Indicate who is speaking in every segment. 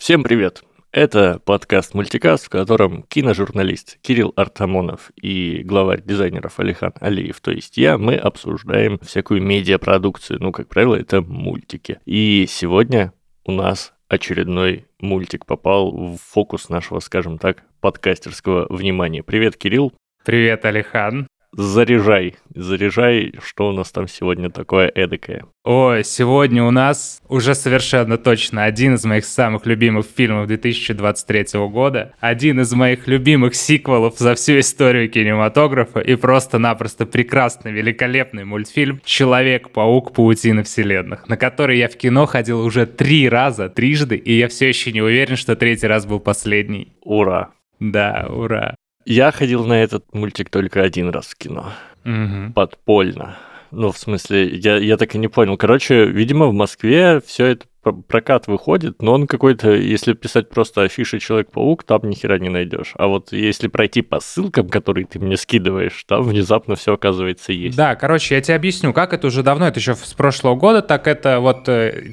Speaker 1: Всем привет! Это подкаст «Мультикаст», в котором киножурналист Кирилл Артамонов и главарь дизайнеров Алихан Алиев, то есть я, мы обсуждаем всякую медиапродукцию, как правило, это мультики. И сегодня у нас очередной мультик попал в фокус нашего, скажем так, подкастерского внимания. Привет, Кирилл!
Speaker 2: Привет, Алихан!
Speaker 1: Заряжай, что у нас там сегодня такое эдакое.
Speaker 2: Ой, сегодня у нас уже совершенно точно один из моих самых любимых фильмов 2023 года, один из моих любимых сиквелов за всю историю кинематографа и просто-напросто прекрасный, великолепный мультфильм «Человек-паук. Паутина вселенных», на который я в кино ходил уже трижды, и я все еще не уверен, что третий раз был последний.
Speaker 1: Ура!
Speaker 2: Да, ура!
Speaker 1: Я ходил на этот мультик только один раз в кино. Подпольно. В смысле, я так и не понял. Короче, видимо, в Москве все это прокат выходит, но он какой-то, если писать просто афиши «Человек-паук», там ни хера не найдешь. А вот если пройти по ссылкам, которые ты мне скидываешь, там внезапно все оказывается есть.
Speaker 2: Да, короче, я тебе объясню, как это уже давно, это еще с прошлого года, так это вот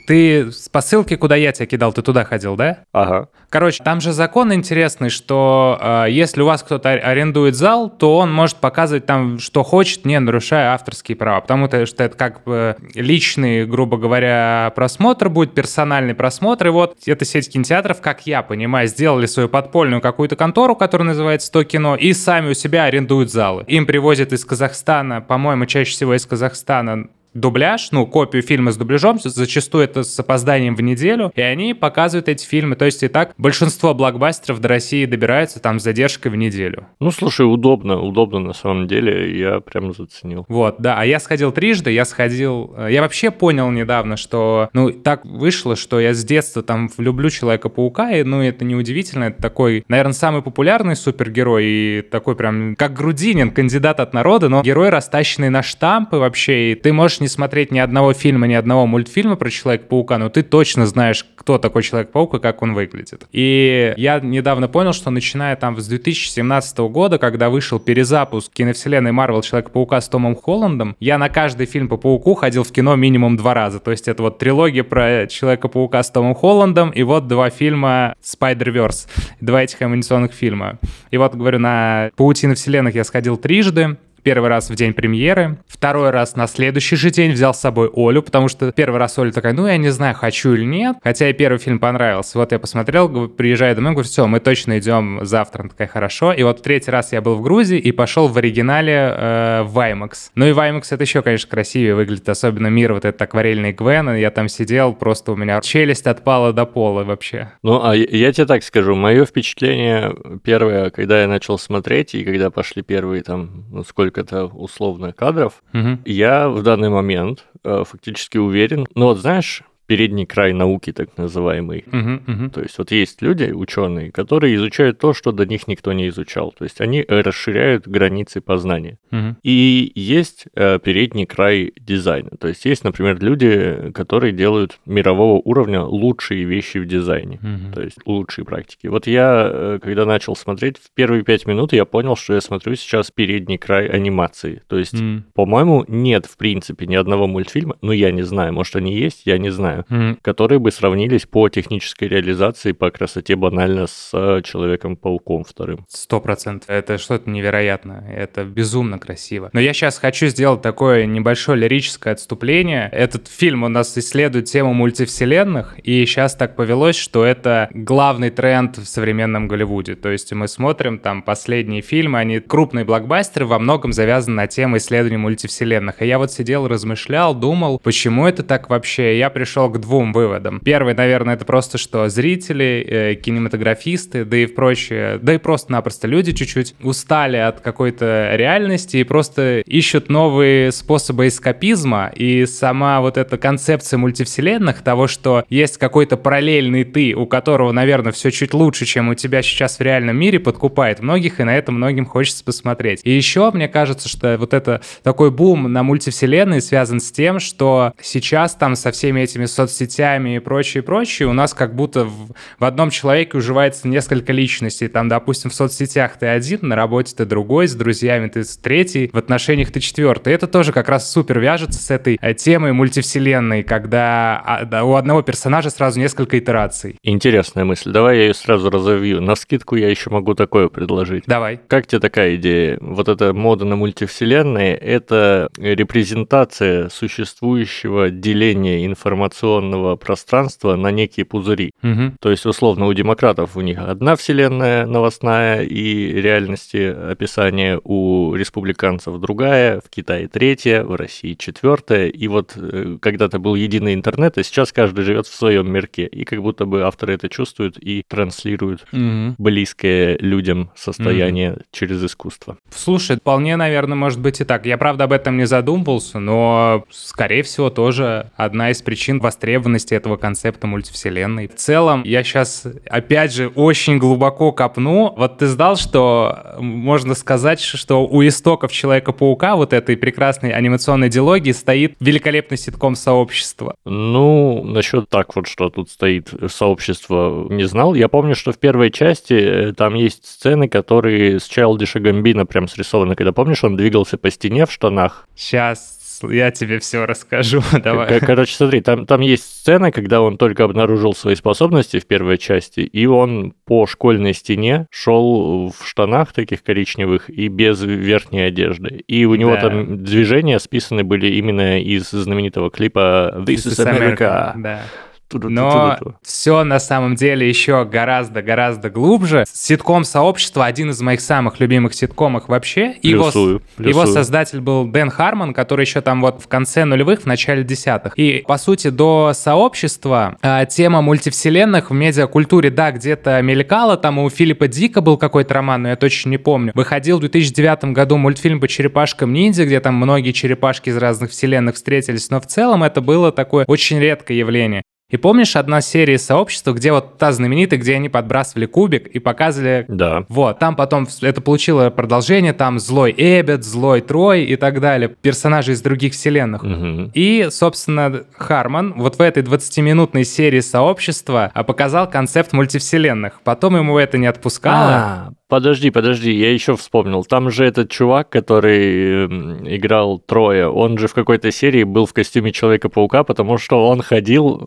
Speaker 2: ты по ссылке, куда я тебя кидал, ты туда ходил, да?
Speaker 1: Ага.
Speaker 2: Короче, там же закон интересный, что если у вас кто-то арендует зал, то он может показывать там, что хочет, не нарушая авторские права, потому что это как бы личный, грубо говоря, просмотр будет, персональный просмотр, и вот эта сеть кинотеатров, как я понимаю, сделали свою подпольную какую-то контору, которая называется «100 кино», и сами у себя арендуют залы. Им привозят из Казахстана, по-моему, чаще всего из Казахстана, дубляж, копию фильма с дубляжом, зачастую это с опозданием в неделю, и они показывают эти фильмы. То есть и так большинство блокбастеров до России добираются там с задержкой в неделю.
Speaker 1: Слушай, удобно на самом деле, я прям заценил.
Speaker 2: Вот, да, а я сходил трижды, я вообще понял недавно, что, так вышло, что я с детства там люблю Человека-паука, и, это неудивительно, это такой, наверное, самый популярный супергерой, и такой прям, как Грудинин, кандидат от народа, но герой, растащенный на штампы вообще, и ты можешь не смотреть ни одного фильма, ни одного мультфильма про Человека-паука, но ты точно знаешь, кто такой Человек-паук и как он выглядит. И я недавно понял, что начиная там с 2017 года, когда вышел перезапуск киновселенной Марвел Человека-паука с Томом Холландом, я на каждый фильм по Пауку ходил в кино минимум 2 раза. То есть это вот трилогия про Человека-паука с Томом Холландом и вот 2 фильма Spider-Verse, 2 этих анимационных фильма. И вот, говорю, на Паутину вселенных я сходил трижды. Первый раз в день премьеры, второй раз на следующий же день взял с собой Олю, потому что первый раз Оля такая, я не знаю, хочу или нет, хотя и первый фильм понравился. Вот я посмотрел, приезжаю домой, говорю, все, мы точно идем завтра. Она такая, хорошо. И вот в третий раз я был в Грузии и пошел в оригинале в IMAX. И в IMAX это еще, конечно, красивее выглядит, особенно мир вот этот акварельный Гвен, я там сидел, просто у меня челюсть отпала до пола вообще.
Speaker 1: А я тебе так скажу, мое впечатление первое, когда я начал смотреть, и когда пошли первые там, сколько-то условно кадров, я в данный момент фактически уверен, знаешь, передний край науки, так называемый. То есть вот есть люди, ученые, которые изучают то, что до них никто не изучал. То есть они расширяют границы познания. И есть передний край дизайна. То есть есть, например, люди, которые делают мирового уровня лучшие вещи в дизайне. То есть лучшие практики. Вот я, когда начал смотреть, в первые 5 минут я понял, что я смотрю сейчас передний край анимации. То есть, по-моему, нет, в принципе, ни одного мультфильма, я не знаю, может, они есть, я не знаю, которые бы сравнились по технической реализации, по красоте банально с Человеком-пауком вторым.
Speaker 2: 100%. Это что-то невероятное. Это безумно красиво. Но я сейчас хочу сделать такое небольшое лирическое отступление. Этот фильм у нас исследует тему мультивселенных, и сейчас так повелось, что это главный тренд в современном Голливуде. То есть мы смотрим там последние фильмы, они крупные блокбастеры, во многом завязаны на тему исследования мультивселенных. И я вот сидел, размышлял, думал, почему это так вообще. Я пришел к 2 выводам. Первый, наверное, это просто, что зрители, кинематографисты, да и прочие, да и просто-напросто люди чуть-чуть устали от какой-то реальности и просто ищут новые способы эскапизма. И сама вот эта концепция мультивселенных, того, что есть какой-то параллельный ты, у которого, наверное, все чуть лучше, чем у тебя сейчас в реальном мире, подкупает многих, и на это многим хочется посмотреть. И еще, мне кажется, что вот это такой бум на мультивселенной связан с тем, что сейчас там со всеми этими соцсетями и прочее, у нас как будто в одном человеке уживается несколько личностей. Там, допустим, в соцсетях ты один, на работе ты другой, с друзьями ты третий, в отношениях ты четвертый. Это тоже как раз супер вяжется с этой темой мультивселенной, когда у одного персонажа сразу несколько итераций.
Speaker 1: Интересная мысль. Давай я ее сразу разовью. Навскидку я еще могу такое предложить.
Speaker 2: Давай.
Speaker 1: Как тебе такая идея? Вот эта мода на мультивселенные — это репрезентация существующего деления информационного пространства на некие пузыри.
Speaker 2: Угу.
Speaker 1: То есть, условно, у демократов у них одна вселенная новостная и реальности описания, у республиканцев другая, в Китае третья, в России четвертая. И вот когда-то был единый интернет, а сейчас каждый живет в своем мирке. И как будто бы авторы это чувствуют и транслируют близкое людям состояние через искусство.
Speaker 2: Слушай, вполне, наверное, может быть и так. Я, правда, об этом не задумывался, но, скорее всего, тоже одна из причин востребованности этого концепта мультивселенной. В целом, я сейчас, опять же, очень глубоко копну. Вот ты знал, что можно сказать, что у истоков Человека-паука, вот этой прекрасной анимационной дилогии, стоит великолепный ситком «Сообщество».
Speaker 1: Ну, насчет так вот, что тут стоит «Сообщество», не знал. Я помню, что в первой части там есть сцены, которые с Чайлдиша Гамбино прям срисованы. Когда, помнишь, он двигался по стене в штанах?
Speaker 2: Сейчас я тебе все расскажу, давай.
Speaker 1: Короче, смотри, там есть сцена, когда он только обнаружил свои способности в первой части, и он по школьной стене шел в штанах таких коричневых и без верхней одежды. И у него там движения списаны были именно из знаменитого клипа «This is America».
Speaker 2: Да. Но все на самом деле еще гораздо глубже. Ситком «Сообщество» — один из моих самых любимых ситкомов вообще.
Speaker 1: Плюсую.
Speaker 2: Его создатель был Дэн Хармон, который еще там вот в конце нулевых, в начале десятых. И, по сути, до «Сообщества» тема мультивселенных в медиакультуре, да, где-то мелькала. Там у Филиппа Дика был какой-то роман, но я точно не помню. Выходил в 2009 году мультфильм по черепашкам-ниндзя, где там многие черепашки из разных вселенных встретились. Но в целом это было такое очень редкое явление. И помнишь одна серия «Сообщества», где вот та знаменитая, где они подбрасывали кубик и показывали...
Speaker 1: Да.
Speaker 2: Вот, там потом это получило продолжение, там злой Эббет, злой Трой и так далее, персонажи из других вселенных.
Speaker 1: Угу.
Speaker 2: И, собственно, Хармон вот в этой 20-минутной серии «Сообщества» показал концепт мультивселенных. Потом ему это не отпускало.
Speaker 1: Подожди, я еще вспомнил. Там же этот чувак, который играл Троя, он же в какой-то серии был в костюме Человека-паука, потому что он ходил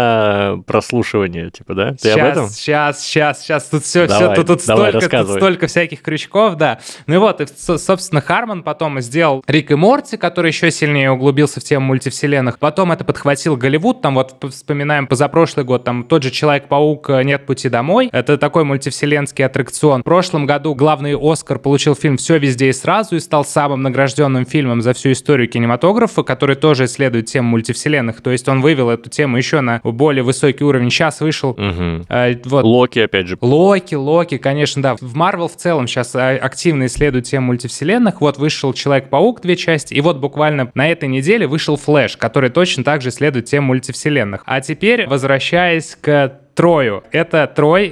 Speaker 1: на прослушивание, типа, да? Ты об этом?
Speaker 2: Сейчас. Тут все, тут столько всяких крючков, да. Ну и вот, и, собственно, Хармон потом сделал Рик и Морти, который еще сильнее углубился в тему мультивселенных. Потом это подхватил Голливуд, там вот вспоминаем позапрошлый год, там тот же Человек-паук «Нет пути домой». Это такой мультивселенский аттракцион. В прошлом году главный Оскар получил фильм «Все везде и сразу» и стал самым награжденным фильмом за всю историю кинематографа, который тоже исследует тему мультивселенных. То есть он вывел эту тему еще на более высокий уровень. Сейчас вышел...
Speaker 1: Вот. Локи, опять же.
Speaker 2: Локи, конечно, да. В Marvel в целом сейчас активно исследуют тему мультивселенных. Вот вышел Человек-паук 2 части, и вот буквально на этой неделе вышел Флэш, который точно так же исследует тему мультивселенных. А теперь, возвращаясь к Трою. Это Трой,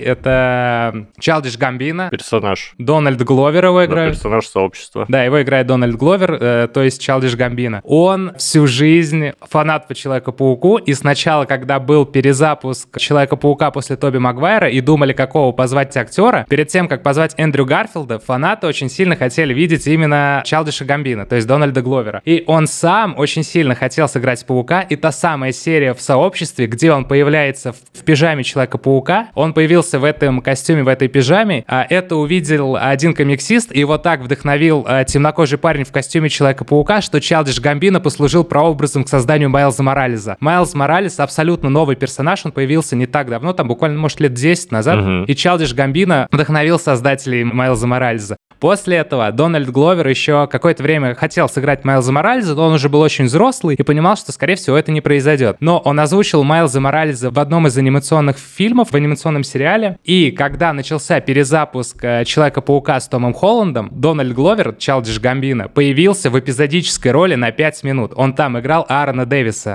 Speaker 2: это Чайлдиш Гамбино.
Speaker 1: Персонаж.
Speaker 2: Дональд Гловер его играет.
Speaker 1: Персонаж «Сообщества».
Speaker 2: Да, его играет Дональд Гловер, то есть Чайлдиш Гамбино. Он всю жизнь фанат по Человеку-пауку, и сначала, когда был перезапуск Человека-паука после Тоби Магуайра, и думали, какого позвать актера, перед тем, как позвать Эндрю Гарфилда, фанаты очень сильно хотели видеть именно Чайлдиша Гамбино, то есть Дональда Гловера. И он сам очень сильно хотел сыграть Паука, и та самая серия в «Сообществе», где он появляется в пижаме Человека-паука, он появился в этом костюме, в этой пижаме, а это увидел один комиксист, и его так вдохновил темнокожий парень в костюме Человека-паука, что Чайлдиш Гамбино послужил прообразом к созданию Майлза Моралеса. Майлз Моралес абсолютно новый персонаж, он появился не так давно, там буквально, может, лет 10 назад, и Чайлдиш Гамбино вдохновил создателей Майлза Моралеса. После этого Дональд Гловер еще какое-то время хотел сыграть Майлза Моралеса, но он уже был очень взрослый и понимал, что, скорее всего, это не произойдет. Но он озвучил Майлза Моралеса в одном из анимационных фильмов, в анимационном сериале. И когда начался перезапуск Человека-паука с Томом Холландом, Дональд Гловер, Чайлдиш Гамбино, появился в эпизодической роли на 5 минут. Он там играл Аарона Дэвиса.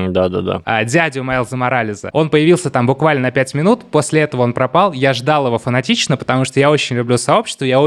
Speaker 1: Да.
Speaker 2: Дядю Майлза Моралеса. Он появился там буквально на 5 минут. После этого он пропал. Я ждал его фанатично, потому что я очень люблю «Сообщество», я очень люблю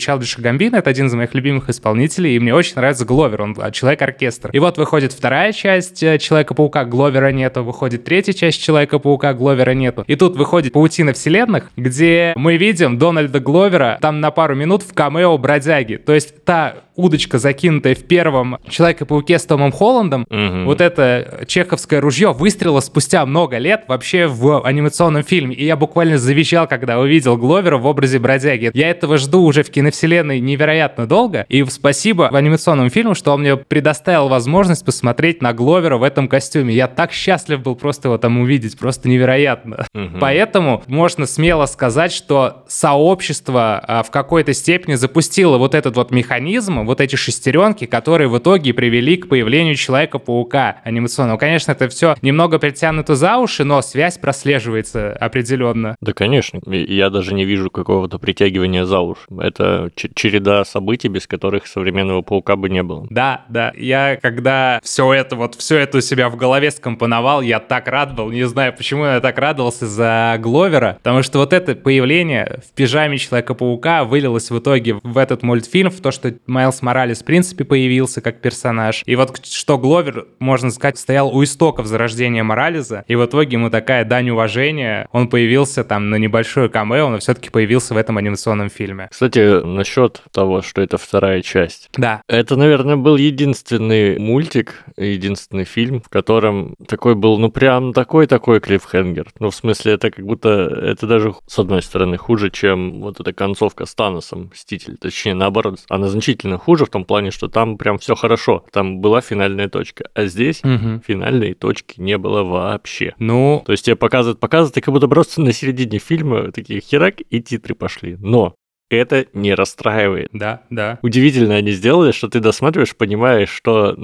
Speaker 2: Чайлдиша Гамбино, это один из моих любимых исполнителей, и мне очень нравится Гловер, он Человек-оркестр. И вот выходит вторая часть Человека-паука, Гловера нету, выходит третья часть Человека-паука, Гловера нету. И тут выходит «Паутина вселенных», где мы видим Дональда Гловера там на пару минут в камео бродяги. То есть та удочка, закинутая в первом Человеке-пауке с Томом Холландом, вот это чеховское ружье выстрелило спустя много лет вообще в анимационном фильме. И я буквально завизжал, когда увидел Гловера в образе бродяги. Я этого жду уже в киновселенной невероятно долго. И спасибо анимационному фильму, что он мне предоставил возможность посмотреть на Гловера в этом костюме. Я так счастлив был просто его там увидеть. Просто невероятно. Поэтому можно смело сказать, что сообщество в какой-то степени запустило вот этот вот механизм, вот эти шестеренки, которые в итоге привели к появлению Человека-паука анимационного. Конечно, это все немного притянуто за уши, но связь прослеживается определенно.
Speaker 1: Да, конечно. Я даже не вижу какого-то притягивания за уши. Это череда событий, без которых современного паука бы не было.
Speaker 2: Да. Я когда все это у себя в голове скомпоновал, я так рад был. Не знаю, почему я так радовался за Гловера, потому что вот это появление в пижаме Человека-паука вылилось в итоге в этот мультфильм, в то, что Майлз Моралес в принципе появился как персонаж. И вот что Гловер, можно сказать, стоял у истоков зарождения Моралеса, и в итоге ему такая дань уважения. Он появился там на небольшое камео, но все-таки появился в этом анимационном фильме.
Speaker 1: Кстати, насчет того, что это вторая часть.
Speaker 2: Да.
Speaker 1: Это, наверное, был единственный мультик, единственный фильм, в котором такой был, прям такой клиффхенгер. В смысле, это как будто, это даже, с одной стороны, хуже, чем вот эта концовка с Таносом, Мститель. Точнее, наоборот, она значительно хуже в том плане, что там прям все хорошо. Там была финальная точка. А здесь финальной точки не было вообще. То есть тебе показывают, и как будто просто на середине фильма такие херак, и титры пошли. Но это не расстраивает.
Speaker 2: Да.
Speaker 1: Удивительно они сделали, что ты досматриваешь, понимаешь, что,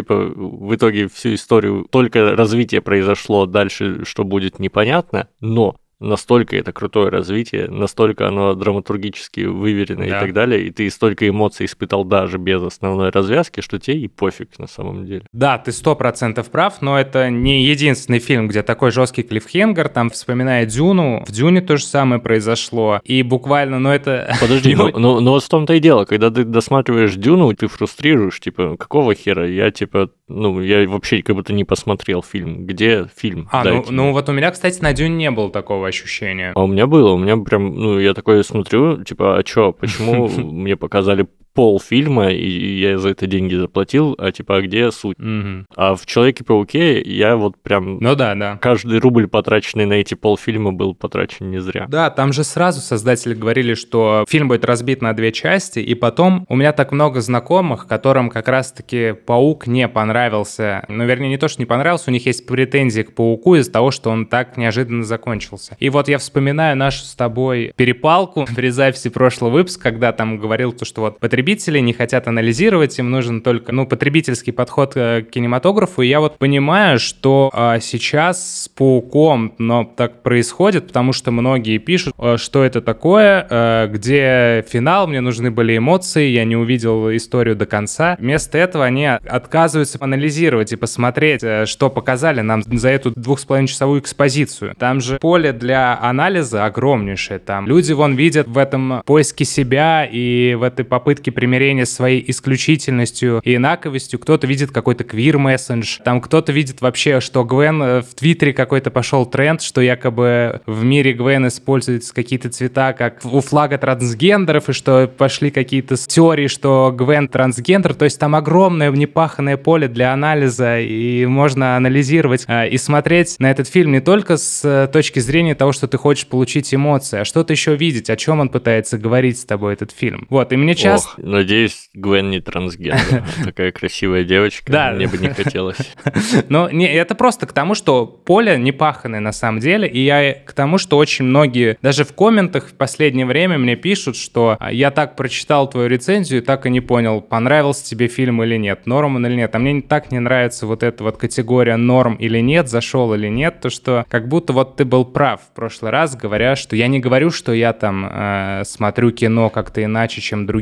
Speaker 1: в итоге всю историю только развитие произошло, дальше что будет непонятно, но настолько это крутое развитие, настолько оно драматургически выверено и так далее, и ты столько эмоций испытал даже без основной развязки, что тебе и пофиг на самом деле.
Speaker 2: Да, ты 100% прав, но это не единственный фильм, где такой жесткий клиффхенгер, там, вспоминая Дюну, в Дюне то же самое произошло, и буквально, это...
Speaker 1: Подожди, но вот в том-то и дело, когда ты досматриваешь Дюну, ты фрустрируешь, какого хера, я вообще как будто не посмотрел фильм, где фильм?
Speaker 2: Вот у меня, кстати, на Дюне не было такого ощущения.
Speaker 1: А у меня было, у меня прям, я такой смотрю, а чё, почему мне показали полфильма, и я за это деньги заплатил, а где суть? А в Человеке-пауке я вот прям...
Speaker 2: Да.
Speaker 1: Каждый рубль, потраченный на эти полфильма, был потрачен не зря.
Speaker 2: Да, там же сразу создатели говорили, что фильм будет разбит на две части, и потом у меня так много знакомых, которым как раз-таки Паук не понравился. Вернее, не то, что не понравился, у них есть претензии к Пауку из-за того, что он так неожиданно закончился. И вот я вспоминаю нашу с тобой перепалку при записи прошлого выпуска, когда там говорил то, что вот потребители не хотят анализировать, им нужен только, потребительский подход к кинематографу, и я вот понимаю, что сейчас с Пауком, так происходит, потому что многие пишут, что это такое, где финал, мне нужны были эмоции, я не увидел историю до конца. Вместо этого они отказываются анализировать и посмотреть, что показали нам за эту 2,5-часовую экспозицию. Там же поле для анализа огромнейшее, там люди видят в этом поиске себя и в этой попытке примирения с своей исключительностью и инаковостью. Кто-то видит какой-то квир-месседж, там кто-то видит вообще, что Гвен в Твиттере какой-то пошел тренд, что якобы в мире Гвен используются какие-то цвета, как у флага трансгендеров, и что пошли какие-то теории, что Гвен трансгендер. То есть там огромное непаханное поле для анализа, и можно анализировать и смотреть на этот фильм не только с точки зрения того, что ты хочешь получить эмоции, а что-то еще видеть, о чем он пытается говорить с тобой, этот фильм. И мне часто...
Speaker 1: Надеюсь, Гвен не трансгендер. Такая красивая девочка,
Speaker 2: да.
Speaker 1: Мне бы не хотелось.
Speaker 2: Это просто к тому, что поле не паханое на самом деле, и я к тому, что очень многие, даже в комментах в последнее время мне пишут, что я так прочитал твою рецензию и так и не понял, понравился тебе фильм или нет, норм он или нет. А мне так не нравится вот эта вот категория норм или нет, зашел или нет, то что как будто ты был прав в прошлый раз, говоря, что я не говорю, что я там смотрю кино как-то иначе, чем другие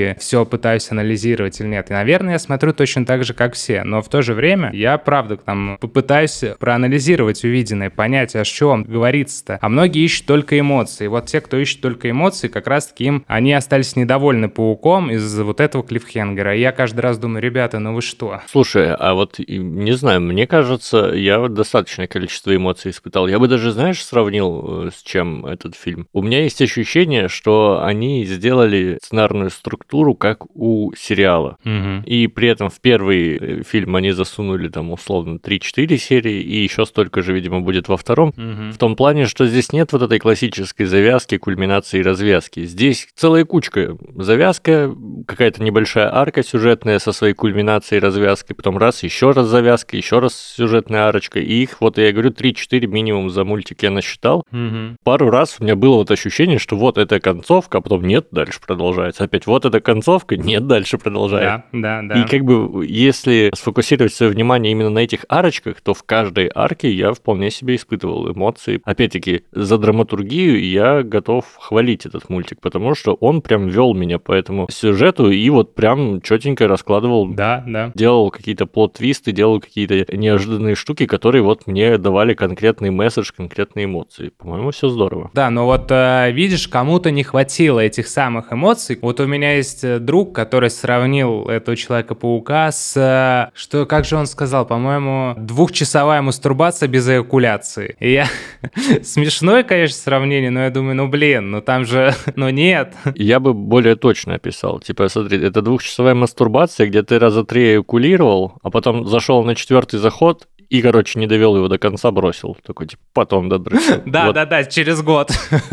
Speaker 2: и все пытаюсь анализировать или нет. И, наверное, я смотрю точно так же, как все, но в то же время я, правда, там попытаюсь проанализировать увиденное, понять, о чем говорится-то. А многие ищут только эмоции. Вот те, кто ищет только эмоции, как раз-таки они остались недовольны Пауком из-за вот этого клиффхенгера. И я каждый раз думаю, ребята, ну вы что?
Speaker 1: Слушай, а вот не знаю, мне кажется, я вот достаточное количество эмоций испытал. Я бы даже, знаешь, сравнил с чем этот фильм. У меня есть ощущение, что они сделали сценарную структуру как у сериала. И при этом в первый фильм они засунули там условно 3-4 серии, и еще столько же, видимо, будет во втором. В том плане, что здесь нет вот этой классической завязки, кульминации и развязки. Здесь целая кучка. Завязка, какая-то небольшая арка сюжетная со своей кульминацией и развязкой, потом раз, еще раз завязка, еще раз сюжетная арочка. И их, вот я говорю, 3-4 минимум за мультик я насчитал. Пару раз у меня было вот ощущение, что вот эта концовка, а потом нет, дальше продолжается. Опять вот эта концовка, нет, дальше продолжается.
Speaker 2: Да.
Speaker 1: И как бы, если сфокусировать свое внимание именно на этих арочках, то в каждой арке я вполне себе испытывал эмоции. Опять-таки, за драматургию я готов хвалить этот мультик, потому что он прям вел меня по этому сюжету и вот прям четенько раскладывал.
Speaker 2: Да.
Speaker 1: Делал какие-то плот-твисты, делал какие-то неожиданные штуки, которые вот мне давали конкретный месседж, конкретные эмоции. По-моему, все здорово.
Speaker 2: Да, но вот видишь, кому-то не хватило этих самых эмоций. Вот у меня есть друг, который сравнил этого Человека-паука с... как же он сказал? По-моему, 2-часовая мастурбация без эякуляции. И я... Смешное, конечно, сравнение, но я думаю, ну там же... Ну нет.
Speaker 1: Я бы более точно описал. Типа, смотри, это 2-часовая мастурбация, где ты раза 3 эякулировал, а потом зашел на 4-й заход и, короче, не довел его до конца, бросил. Такой, типа, потом додрысил.
Speaker 2: Да, через год.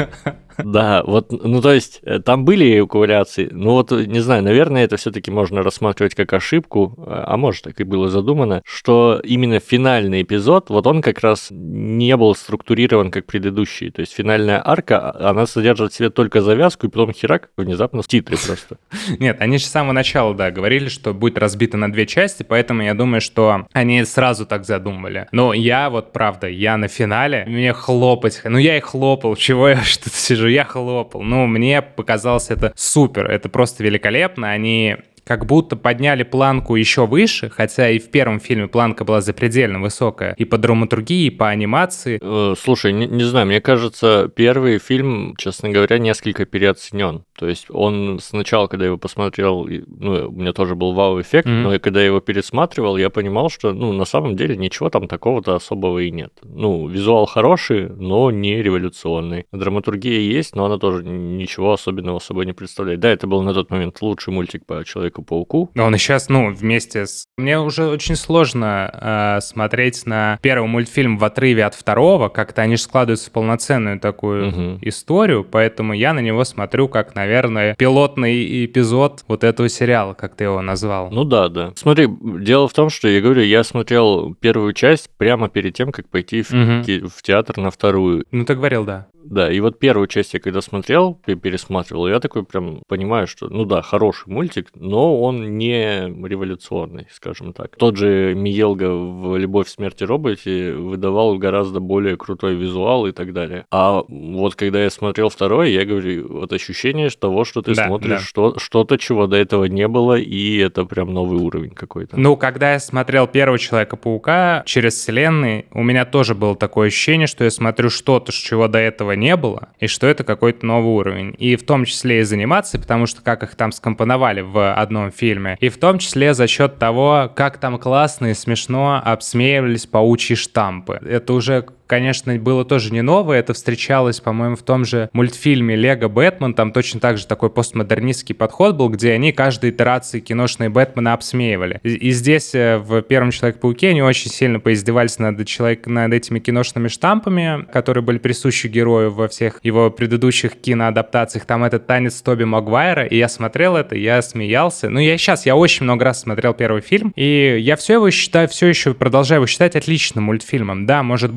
Speaker 1: Да, вот, ну то есть там были эякуляции, ну вот, не знаю, наверное, это все-таки можно рассматривать как ошибку, а может, так и было задумано, что именно финальный эпизод, вот он как раз не был структурирован как предыдущий, то есть финальная арка, она содержит в себе только завязку, и потом херак, внезапно титры просто.
Speaker 2: Нет, они же с самого начала, да, говорили, что будет разбито на 2 части, поэтому я думаю, что они сразу так задумали. Но я вот, правда, я на финале, мне хлопать, ну я и хлопал, чего я что-то сижу, я хлопал. Ну, мне показалось это супер, это просто великолепно. Они как будто подняли планку еще выше, хотя и в первом фильме планка была запредельно высокая и по драматургии, и по анимации.
Speaker 1: Слушай, не знаю, мне кажется, первый фильм, честно говоря, несколько переоценен. То есть он сначала, когда я его посмотрел, ну, у меня тоже был вау-эффект, но когда я его пересматривал, я понимал, что, ну, на самом деле ничего там такого-то особого и нет. Ну, визуал хороший, но не революционный. Драматургия есть, но она тоже ничего особенного собой не представляет. Да, это был на тот момент лучший мультик по Человеку-пауку.
Speaker 2: Он и сейчас, ну, вместе с... Мне уже очень сложно смотреть на первый мультфильм в отрыве от второго, как-то они же складываются в полноценную такую историю, поэтому я на него смотрю как, наверное, пилотный эпизод вот этого сериала, как ты его назвал.
Speaker 1: Ну да. Смотри, дело в том, что, я говорю, я смотрел первую часть прямо перед тем, как пойти в театр на вторую.
Speaker 2: Ну ты говорил, да.
Speaker 1: Да, и вот первую часть я когда смотрел, пересматривал, я такой прям понимаю, что, ну да, хороший мультик, но он не революционный, скажем так. Тот же Миелга в «Любовь, смерть и роботе» выдавал гораздо более крутой визуал и так далее. А вот когда я смотрел второй, я говорю, вот ощущение того, что ты смотришь что-то, чего до этого не было, и это прям новый уровень какой-то.
Speaker 2: Ну, когда я смотрел первого Человека-паука через вселенные, у меня тоже было такое ощущение, что я смотрю что-то, чего до этого не было, и что это какой-то новый уровень. И в том числе из анимации, потому что как их там скомпоновали в одном фильме, и в том числе за счет того, как там классно и смешно обсмеивались паучьи штампы. Это уже, конечно, было тоже не новое, это встречалось, по-моему, в том же мультфильме «Лего Бэтмен», там точно так же такой постмодернистский подход был, где они каждой итерации киношной Бэтмена обсмеивали. И здесь в первом Человеке-пауке они очень сильно поиздевались над этими киношными штампами, которые были присущи герою во всех его предыдущих киноадаптациях. Там этот танец Тоби Магуайра, и я смотрел это, я смеялся. Ну, я очень много раз смотрел первый фильм, и я все еще продолжаю его считать отличным мультфильмом. Да, может быть, не революционным,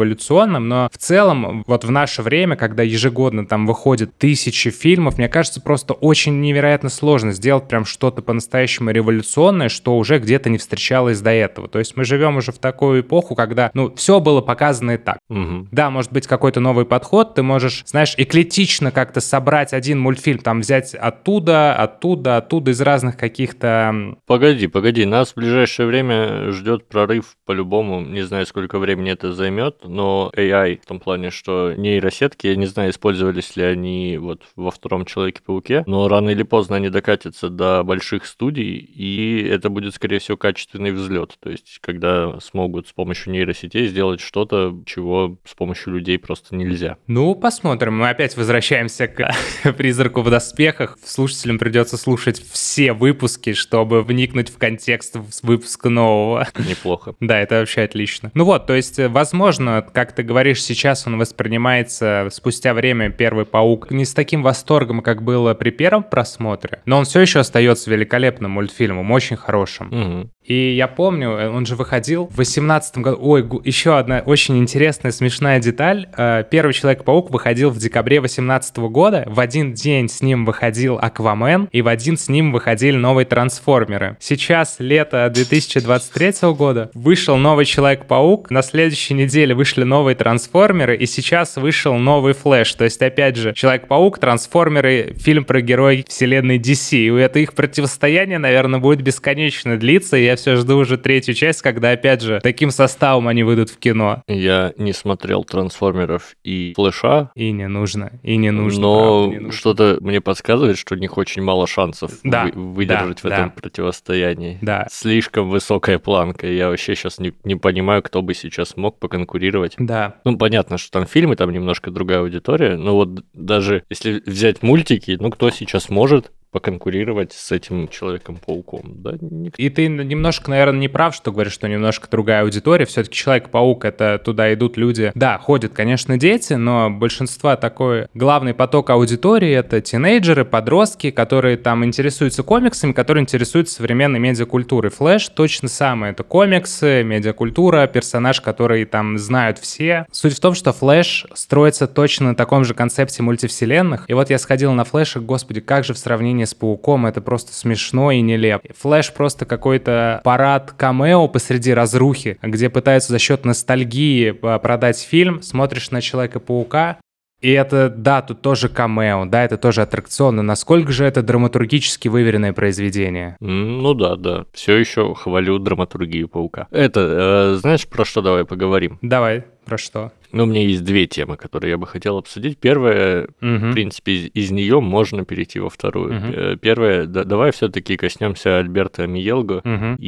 Speaker 2: революционным, но в целом вот в наше время, когда ежегодно там выходит тысячи фильмов, мне кажется, просто очень невероятно сложно сделать прям что-то по-настоящему революционное, что уже где-то не встречалось до этого. То есть мы живем уже в такую эпоху, когда, все было показано и так.
Speaker 1: Угу.
Speaker 2: Да, может быть какой-то новый подход, ты можешь, знаешь, эклектично как-то собрать один мультфильм, там взять оттуда, из разных каких-то...
Speaker 1: Погоди, нас в ближайшее время ждет прорыв по-любому, не знаю, сколько времени это займет, но AI в том плане, что нейросетки, я не знаю, использовались ли они вот во втором Человеке-пауке, но рано или поздно они докатятся до больших студий, и это будет, скорее всего, качественный взлет, то есть когда смогут с помощью нейросетей сделать что-то, чего с помощью людей просто нельзя.
Speaker 2: Посмотрим. Мы опять возвращаемся к «Призраку в доспехах». Слушателям придется слушать все выпуски, чтобы вникнуть в контекст выпуска нового.
Speaker 1: Неплохо.
Speaker 2: Да, это вообще отлично. То есть, возможно, как ты говоришь, сейчас он воспринимается спустя время «Первый паук» не с таким восторгом, как было при первом просмотре, но он все еще остается великолепным мультфильмом, очень хорошим.
Speaker 1: Угу.
Speaker 2: И я помню, он же выходил в 2018 году. Ой, еще одна очень интересная, смешная деталь. Первый Человек-паук выходил в декабре 2018 года. В один день с ним выходил Аквамен, и в один с ним выходили новые Трансформеры. Сейчас, лето 2023 года, вышел новый Человек-паук, на следующей неделе вышли новые Трансформеры, и сейчас вышел новый Флэш. То есть, опять же, Человек-паук, Трансформеры, фильм про героев вселенной DC. И это их противостояние, наверное, будет бесконечно длиться, и я все жду уже третью часть, когда, опять же, таким составом они выйдут в кино.
Speaker 1: Я не смотрел «Трансформеров» и «Флэша».
Speaker 2: И не нужно.
Speaker 1: Но что-то мне подсказывает, что у них очень мало шансов выдержать в этом противостоянии.
Speaker 2: Да.
Speaker 1: Слишком высокая планка. Я вообще сейчас не понимаю, кто бы сейчас мог поконкурировать.
Speaker 2: Да.
Speaker 1: Понятно, что там фильмы, там немножко другая аудитория, но вот даже если взять мультики, кто сейчас может поконкурировать с этим Человеком-пауком? Да, никто.
Speaker 2: И ты немножко, наверное, не прав, что говоришь, что немножко другая аудитория. Все-таки Человек-паук — это туда идут люди. Да, ходят, конечно, дети, но большинство такой главный поток аудитории — это тинейджеры, подростки, которые там интересуются комиксами, которые интересуются современной медиакультурой. Флэш — точно самое. Это комиксы, медиакультура, персонаж, который там знают все. Суть в том, что Флэш строится точно на таком же концепте мультивселенных. И вот я сходил на Флэша, господи, как же в сравнении с Пауком, это просто смешно и нелепо. Флэш просто какой-то парад камео посреди разрухи, где пытаются за счет ностальгии продать фильм, смотришь на Человека-паука, и это, да, тут тоже камео, да, это тоже аттракцион, но насколько же это драматургически выверенное произведение?
Speaker 1: Да. Все еще хвалю драматургию Паука. Знаешь, про что давай поговорим?
Speaker 2: Давай, про что?
Speaker 1: У меня есть две темы, которые я бы хотел обсудить. Первая, в принципе, из нее можно перейти во вторую. Первая, давай все-таки коснемся Альберто Миелго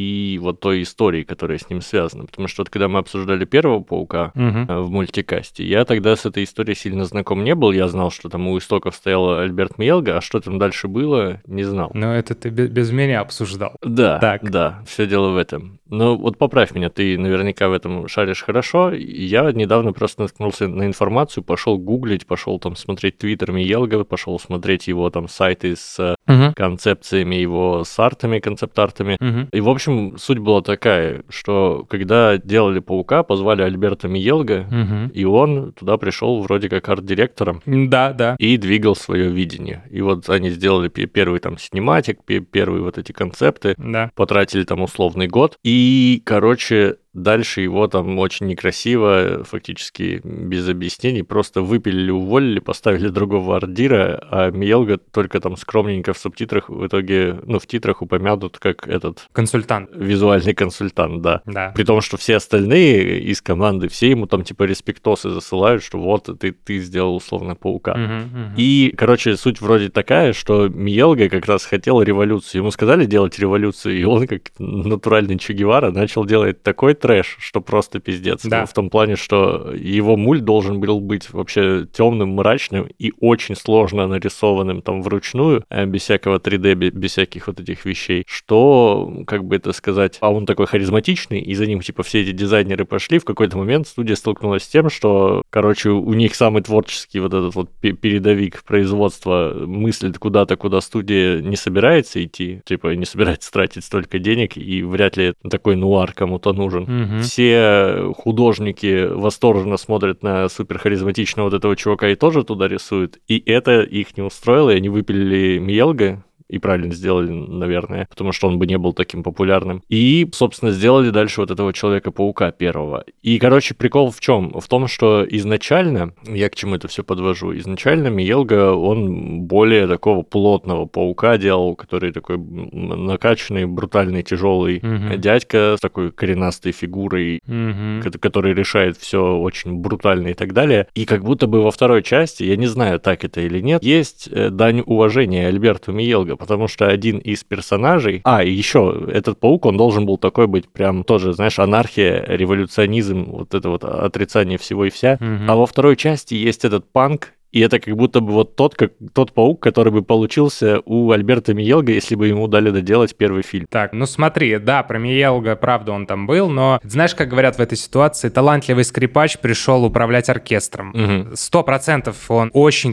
Speaker 1: и вот той истории, которая с ним связана. Потому что вот когда мы обсуждали первого Паука в мультикасте, я тогда с этой историей сильно знаком не был. Я знал, что там у истоков стоял Альберт Миелго, а что там дальше было, не знал.
Speaker 2: Но это ты без меня обсуждал.
Speaker 1: Да, все дело в этом. Но вот поправь меня, ты наверняка в этом шаришь хорошо. Я недавно просто наткнулся на информацию, пошел гуглить, пошел там смотреть твиттер Миелго, пошел смотреть его там сайты с концепциями его, с артами, концепт-артами. И, в общем, суть была такая, что когда делали Паука, позвали Альберто Миелго, и он туда пришел вроде как арт-директором.
Speaker 2: Да.
Speaker 1: И двигал свое видение. И вот они сделали первый там синематик, первые вот эти концепты, потратили там условный год. И, короче, дальше его там очень некрасиво, фактически без объяснений, просто выпилили, уволили, поставили другого арт-дира, а Миелго только там скромненько в субтитрах в итоге, в титрах упомянут как этот...
Speaker 2: Консультант.
Speaker 1: Визуальный консультант, да. При том, что все остальные из команды, все ему там типа респектосы засылают, что вот ты сделал условно Паука. И, короче, суть вроде такая, что Миелго как раз хотел революцию. Ему сказали делать революцию, и он как натуральный Че Гевара начал делать такой трэш, что просто пиздец.
Speaker 2: Да.
Speaker 1: В том плане, что его мульт должен был быть вообще темным, мрачным и очень сложно нарисованным там вручную, без всякого 3D, без всяких вот этих вещей, что, как бы это сказать, а он такой харизматичный, и за ним типа все эти дизайнеры пошли, в какой-то момент студия столкнулась с тем, что, короче, у них самый творческий вот этот вот передовик производства мыслит куда-то, куда студия не собирается идти, типа не собирается тратить столько денег, и вряд ли такой нуар кому-то нужен. все художники восторженно смотрят на суперхаризматичного вот этого чувака и тоже туда рисуют, и это их не устроило, и они выпилили Миелга, и правильно сделали, наверное, потому что он бы не был таким популярным. И, собственно, сделали дальше вот этого Человека-паука первого. И, короче, прикол в чем? В том, что изначально, я к чему это все подвожу, изначально Миелга, он более такого плотного паука делал, который такой накачанный, брутальный, тяжелый дядька с такой коренастой фигурой, который решает все очень брутально и так далее. И как будто бы во второй части, я не знаю, так это или нет, есть дань уважения Альберту Миелго, потому что один из персонажей... и еще этот паук, он должен был такой быть прям тоже, знаешь, анархия, революционизм, вот это вот отрицание всего и вся. А во второй части есть этот панк, и это как будто бы вот тот паук, который бы получился у Альберта Миелга, если бы ему дали доделать первый фильм.
Speaker 2: Так, ну смотри, да, про Миелга, правда, он там был, но знаешь, как говорят в этой ситуации, талантливый скрипач пришел управлять оркестром. 100% он очень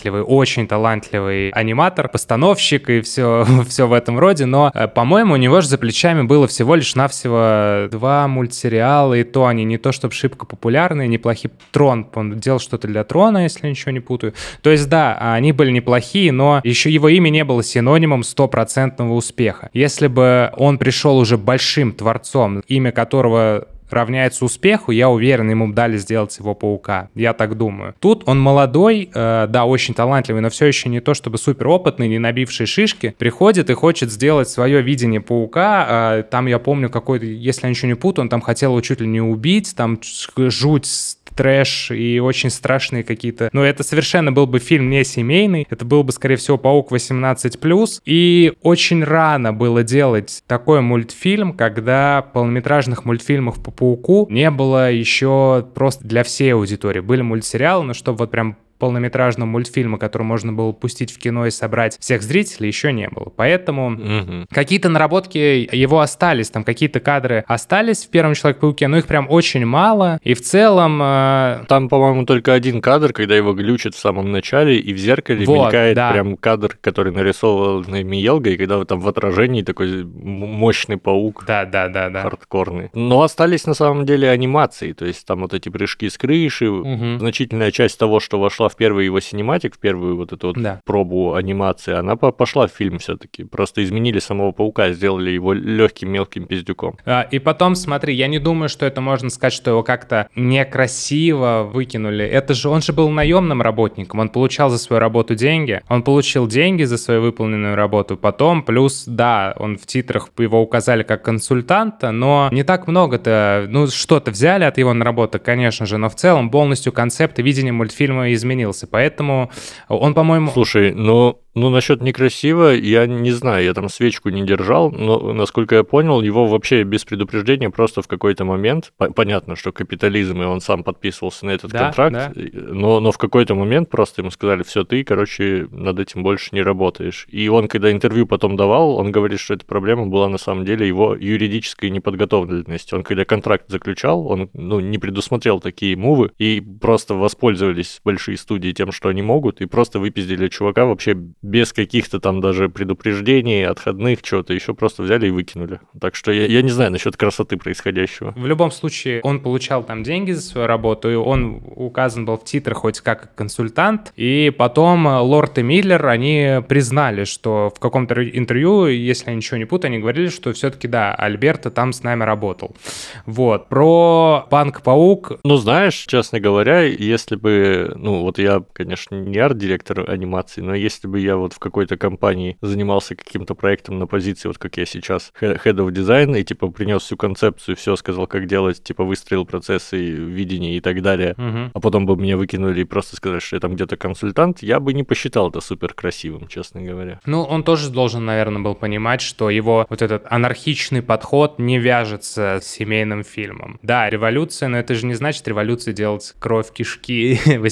Speaker 2: талантливый аниматор, постановщик и все в этом роде, но, по-моему, у него же за плечами было всего лишь навсего 2 мультсериала, и то они не то чтобы шибко популярные, неплохие. Трон, он делал что-то для Трона, если ничего не путаю. То есть, да, они были неплохие, но еще его имя не было синонимом 100% успеха. Если бы он пришел уже большим творцом, имя которого равняется успеху, я уверен, ему дали сделать его Паука. Я так думаю. Тут он молодой, да, очень талантливый, но все еще не то чтобы суперопытный, не набивший шишки, приходит и хочет сделать свое видение Паука. Там, я помню, какой-то, если я ничего не путаю, он там хотел его чуть ли не убить, там жуть, трэш и очень страшные какие-то... Но это совершенно был бы фильм не семейный, это был бы, скорее всего, Паук 18+, и очень рано было делать такой мультфильм, когда полнометражных мультфильмов по Пауку не было еще просто для всей аудитории. Были мультсериалы, но чтобы вот прям полнометражного мультфильма, который можно было пустить в кино и собрать всех зрителей, еще не было. Поэтому какие-то наработки его остались, там какие-то кадры остались в первом Человеке-пауке, но их прям очень мало, и в целом...
Speaker 1: Там, по-моему, только один кадр, когда его глючат в самом начале, и в зеркале мелькает прям кадр, который нарисовал Миелга, и когда там в отражении такой мощный паук.
Speaker 2: Да.
Speaker 1: Хардкорный. Но остались на самом деле анимации, то есть там вот эти прыжки с крыши, значительная часть того, что вошла в первый его синематик, в первую вот эту вот пробу анимации, она пошла в фильм все-таки. Просто изменили самого паука, сделали его легким мелким пиздюком.
Speaker 2: И потом, смотри, я не думаю, что это можно сказать, что его как-то некрасиво выкинули. Это же он же был наемным работником, он получал за свою работу деньги, он получил деньги за свою выполненную работу, потом плюс, да, он в титрах его указали как консультанта, но не так много-то, ну, что-то взяли от его наработок, конечно же, но в целом полностью концепт и видение мультфильма изменился. Поэтому он, по-моему...
Speaker 1: Слушай, ну, насчет некрасиво, я не знаю, я там свечку не держал, но, насколько я понял, его вообще без предупреждения просто в какой-то момент, понятно, что капитализм, и он сам подписывался на этот контракт, но в какой-то момент просто ему сказали, все, ты, короче, над этим больше не работаешь. И он, когда интервью потом давал, он говорит, что эта проблема была на самом деле его юридической неподготовленности. Он, когда контракт заключал, он не предусмотрел такие мувы, и просто воспользовались большие студии тем, что они могут, и просто выпиздили чувака вообще без каких-то там даже предупреждений, отходных, чего-то еще просто взяли и выкинули. Так что я не знаю насчет красоты происходящего.
Speaker 2: В любом случае, он получал там деньги за свою работу, и он указан был в титрах хоть как консультант, и потом Лорд и Миллер, они признали, что в каком-то интервью, если я ничего не путаю, они говорили, что все-таки, да, Альберто там с нами работал. Вот. Про Панк-паук...
Speaker 1: Ну, знаешь, честно говоря, если бы, вот я, конечно, не арт-директор анимации, но если бы я вот в какой-то компании занимался каким-то проектом на позиции, вот как я сейчас, Head of Design, и типа принес всю концепцию, все сказал, как делать, типа выстроил процессы, видения и так далее, а потом бы меня выкинули и просто сказали, что я там где-то консультант, я бы не посчитал это супер красивым, честно говоря.
Speaker 2: Ну, он тоже должен, наверное, был понимать, что его вот этот анархичный подход не вяжется с семейным фильмом. Да, революция, но это же не значит революцию делать кровь, кишки, 18+.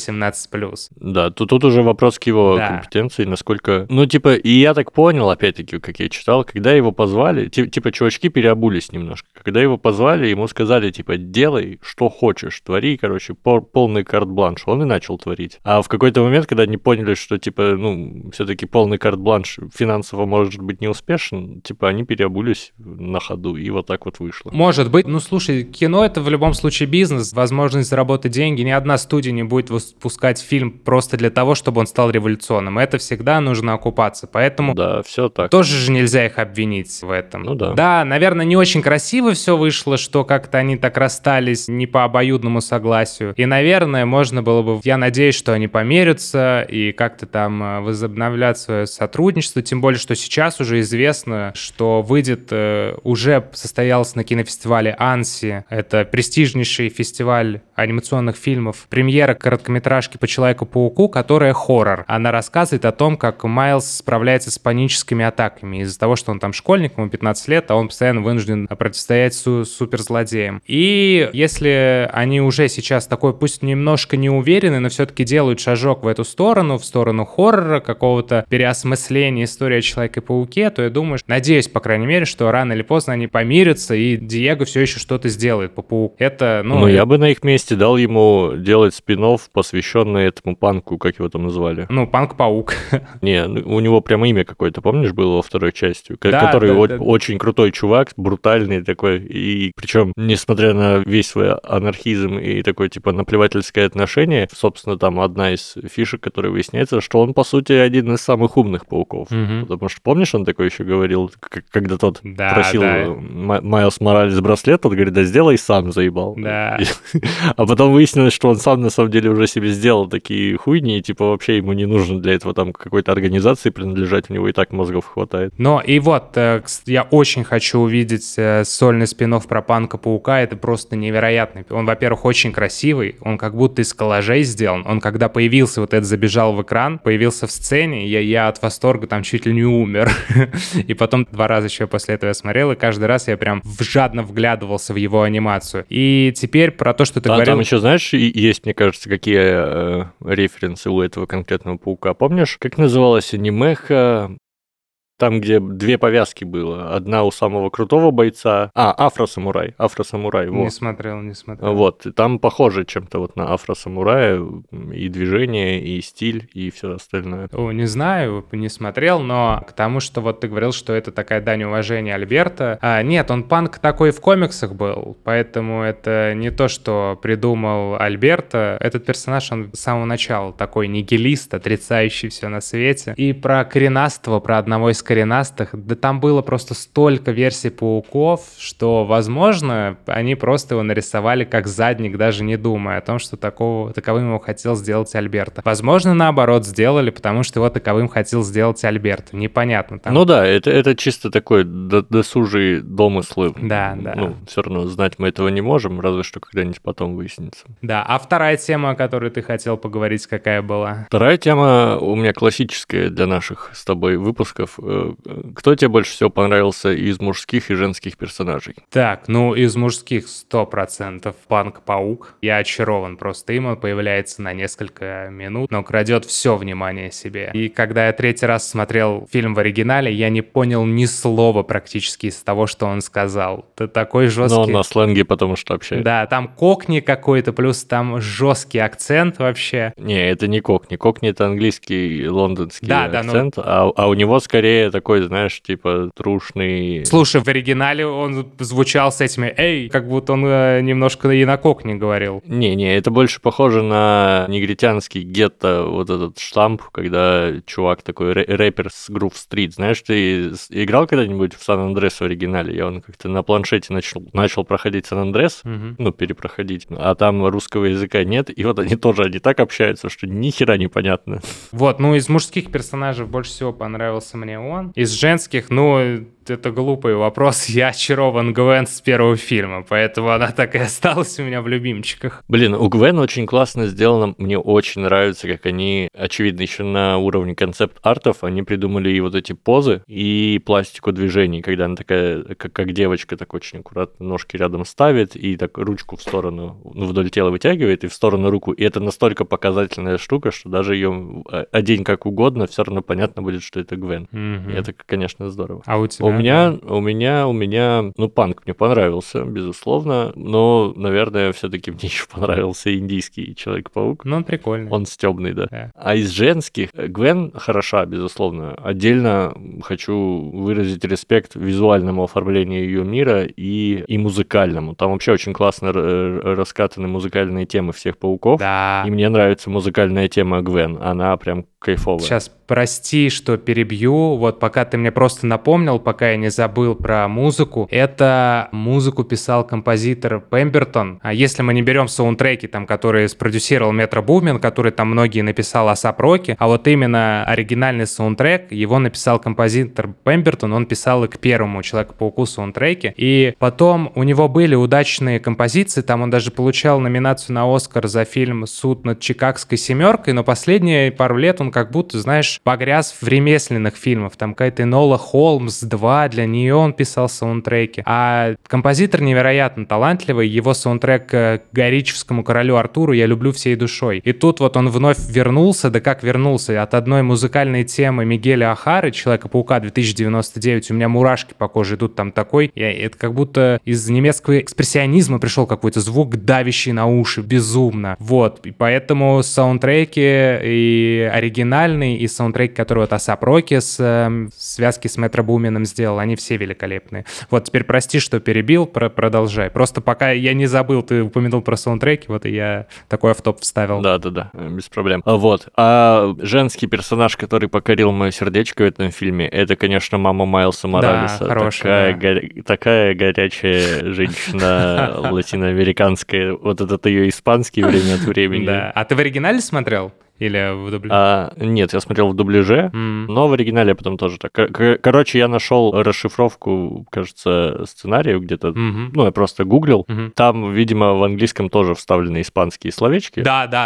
Speaker 1: Да, тут уже вопрос к его компетенции, насколько... Ну, типа, и я так понял, опять-таки, как я читал, когда его позвали, типа, чувачки переобулись немножко. Когда его позвали, ему сказали, типа, делай, что хочешь, твори, короче, полный карт-бланш. Он и начал творить. А в какой-то момент, когда они поняли, что, типа, ну, все-таки полный карт-бланш финансово может быть неуспешен, типа, они переобулись на ходу, и вот так вот вышло.
Speaker 2: Может быть. Ну, слушай, кино — это в любом случае бизнес, возможность заработать деньги. Ни одна студия не будет выпускать фильм просто для того, чтобы он стал революционным. Это всегда нужно окупаться, поэтому...
Speaker 1: Да, все так.
Speaker 2: Тоже же нельзя их обвинить в этом.
Speaker 1: Ну да.
Speaker 2: Да, наверное, не очень красиво все вышло, что как-то они так расстались не по обоюдному согласию. И, наверное, можно было бы... Я надеюсь, что они помирятся и как-то там возобновлять свое сотрудничество, тем более, что сейчас уже известно, что выйдет... Уже состоялся на кинофестивале Анси. Это престижнейший фестиваль анимационных фильмов. Премьера короткометражки по Человеку-пауку, которая хоррор. Она рассказывает о том, как Майлз справляется с паническими атаками из-за того, что он там школьник, ему 15 лет, а он постоянно вынужден противостоять суперзлодеям. И если они уже сейчас такой, пусть немножко не уверены, но все-таки делают шажок в эту сторону, в сторону хоррора, какого-то переосмысления истории о Человеке-пауке, то я думаю, надеюсь, по крайней мере, что рано или поздно они помирятся, и Диего все еще что-то сделает по Пауку. Это,
Speaker 1: ну... я бы на их месте дал ему делать спин-офф, посвященный этому панку, как его там назвали.
Speaker 2: Ну, Панк-паук.
Speaker 1: Не, у него прямо имя какое-то, помнишь, было во второй части?
Speaker 2: Да,
Speaker 1: который очень крутой чувак, брутальный такой, и причем, несмотря на весь свой анархизм и такое, типа, наплевательское отношение, собственно, там одна из фишек, которая выясняется, что он, по сути, один из самых умных пауков. Потому что, помнишь, он такой еще говорил, когда тот просил Майлз Моралес браслет, он говорит, да сделай сам, заебал.
Speaker 2: Да.
Speaker 1: А потом выяснилось, что он сам, на самом деле, уже себе сделал такие хуйни, и, типа, вообще ему не нужно для этого там какой-то организации принадлежать, у него и так мозгов хватает.
Speaker 2: Но и вот, я очень хочу увидеть сольный спин-офф про Панка-паука, это просто невероятный. Он, во-первых, очень красивый, он как будто из коллажей сделан, он когда появился, вот это забежал в экран, появился в сцене, я от восторга там чуть ли не умер. И потом 2 раза еще после этого я смотрел, и каждый раз я прям жадно вглядывался в его анимацию. И теперь про то, что ты говорил...
Speaker 1: Там еще, знаешь, есть, мне кажется, какие референсы у этого конкретного паука. Помнишь, как называлось анимеха? Там, где 2 повязки было. Одна у самого крутого бойца. Афро-самурай. Афро-самурай, вот.
Speaker 2: Не смотрел.
Speaker 1: Вот, и там похоже чем-то вот на Афро-самурая. И движение, и стиль, и все остальное.
Speaker 2: Не знаю, не смотрел, но к тому, что вот ты говорил, что это такая дань уважения Альберта. Нет, он панк такой в комиксах был, поэтому это не то, что придумал Альберто. Этот персонаж, он с самого начала такой нигилист, отрицающий все на свете. И про коренастого, про одного из коренастых, да там было просто столько версий пауков, что, возможно, они просто его нарисовали как задник, даже не думая о том, что таковым его хотел сделать Альберто. Возможно, наоборот, сделали, потому что его таковым хотел сделать Альберто. Непонятно там.
Speaker 1: Ну да, это чисто такой досужий домыслы.
Speaker 2: Да.
Speaker 1: Ну, все равно знать мы этого не можем, разве что когда-нибудь потом выяснится.
Speaker 2: Да, а вторая тема, о которой ты хотел поговорить, какая была?
Speaker 1: Вторая тема у меня классическая для наших с тобой выпусков. Кто тебе больше всего понравился из мужских и женских персонажей?
Speaker 2: Так, ну из мужских 100% Панк-паук. Я очарован просто им, он появляется на несколько минут, но крадет все внимание себе. И когда я 3-й раз смотрел фильм в оригинале, я не понял ни слова практически из того, что он сказал. Это такой жесткий...
Speaker 1: Но он на сленге потому что общается.
Speaker 2: Да, там кокни какой-то, плюс там жесткий акцент вообще.
Speaker 1: Не, это не кокни. Кокни — это английский, лондонский акцент,
Speaker 2: ну...
Speaker 1: а у него скорее такой, знаешь, типа трушный...
Speaker 2: Слушай, в оригинале он звучал с этими «эй», как будто он немножко и на кокни говорил.
Speaker 1: Не, это больше похоже на негритянский гетто, вот этот штамп, когда чувак такой рэпер с Groove Street. Знаешь, ты играл когда-нибудь в Сан-Андрес в оригинале? Я как-то на планшете начал проходить Сан-Андрес, перепроходить, а там русского языка нет, и вот они так общаются, что ни хера непонятно.
Speaker 2: Вот, из мужских персонажей больше всего понравился мне он. Из женских, это глупый вопрос. Я очарован Гвен с первого фильма, поэтому она так и осталась у меня в любимчиках.
Speaker 1: Блин, у Гвен очень классно сделано. Мне очень нравится, как они, очевидно, еще на уровне концепт-артов, они придумали и вот эти позы, и пластику движений, когда она такая, как девочка, так очень аккуратно ножки рядом ставит, и так ручку в сторону, вдоль тела вытягивает, и в сторону руку. И это настолько показательная штука, что даже ее одень как угодно, все равно понятно будет, что это Гвен. И это, конечно, здорово.
Speaker 2: А у тебя?
Speaker 1: У меня, панк мне понравился, безусловно, но, наверное, все-таки мне еще понравился индийский Человек-паук.
Speaker 2: Ну, он прикольный.
Speaker 1: Он стёбный, да. А из женских Гвен хороша, безусловно. Отдельно хочу выразить респект визуальному оформлению ее мира и музыкальному. Там вообще очень классно раскатаны музыкальные темы всех пауков.
Speaker 2: Да.
Speaker 1: И мне нравится музыкальная тема Гвен. Она прям кайфовая.
Speaker 2: Сейчас прости, что перебью. Вот пока ты мне просто напомнил, пока я не забыл про музыку. Это музыку писал композитор Пембертон. А если мы не берем саундтреки, там, которые спродюсировал Метро Бумин, который там многие написал А$АП Роки, а вот именно оригинальный саундтрек его написал композитор Пембертон. Он писал и к первому Человеку-пауку саундтреке. И потом у него были удачные композиции. Там он даже получал номинацию на Оскар за фильм «Суд над Чикагской семеркой», но последние пару лет он как будто, знаешь, погряз в ремесленных фильмах. Там какая-то Энола Холмс 2, для нее он писал саундтреки. А композитор невероятно талантливый. Его саундтрек к Горичевскому королю Артуру я люблю всей душой. И тут вот он вновь вернулся, да как вернулся, от одной музыкальной темы Мигеля Охары, Человека-паука 2099, у меня мурашки по коже идут там такой. Это как будто из немецкого экспрессионизма пришел какой-то звук, давящий на уши, безумно. Вот, и поэтому саундтреки и оригинальный, и саундтреки, которые вот А$АП Роки с связки с Метро Буминым сделал, они все великолепные. Вот, теперь прости, что перебил, продолжай. Просто пока я не забыл, ты упомянул про саундтреки, вот и я такой автоп вставил.
Speaker 1: Да, без проблем. Вот, а женский персонаж, который покорил мое сердечко в этом фильме, это, конечно, мама Майлса Моралеса.
Speaker 2: Да, хорошая,
Speaker 1: такая горячая женщина латиноамериканская, вот этот ее испанский время от времени.
Speaker 2: Да, а ты в оригинале смотрел? Или в дубляже?
Speaker 1: Нет, я смотрел в дубляже, но в оригинале я потом тоже так. Короче, я нашел расшифровку, кажется, сценария где-то. Ну, я просто гуглил. Там, видимо, в английском тоже вставлены испанские словечки.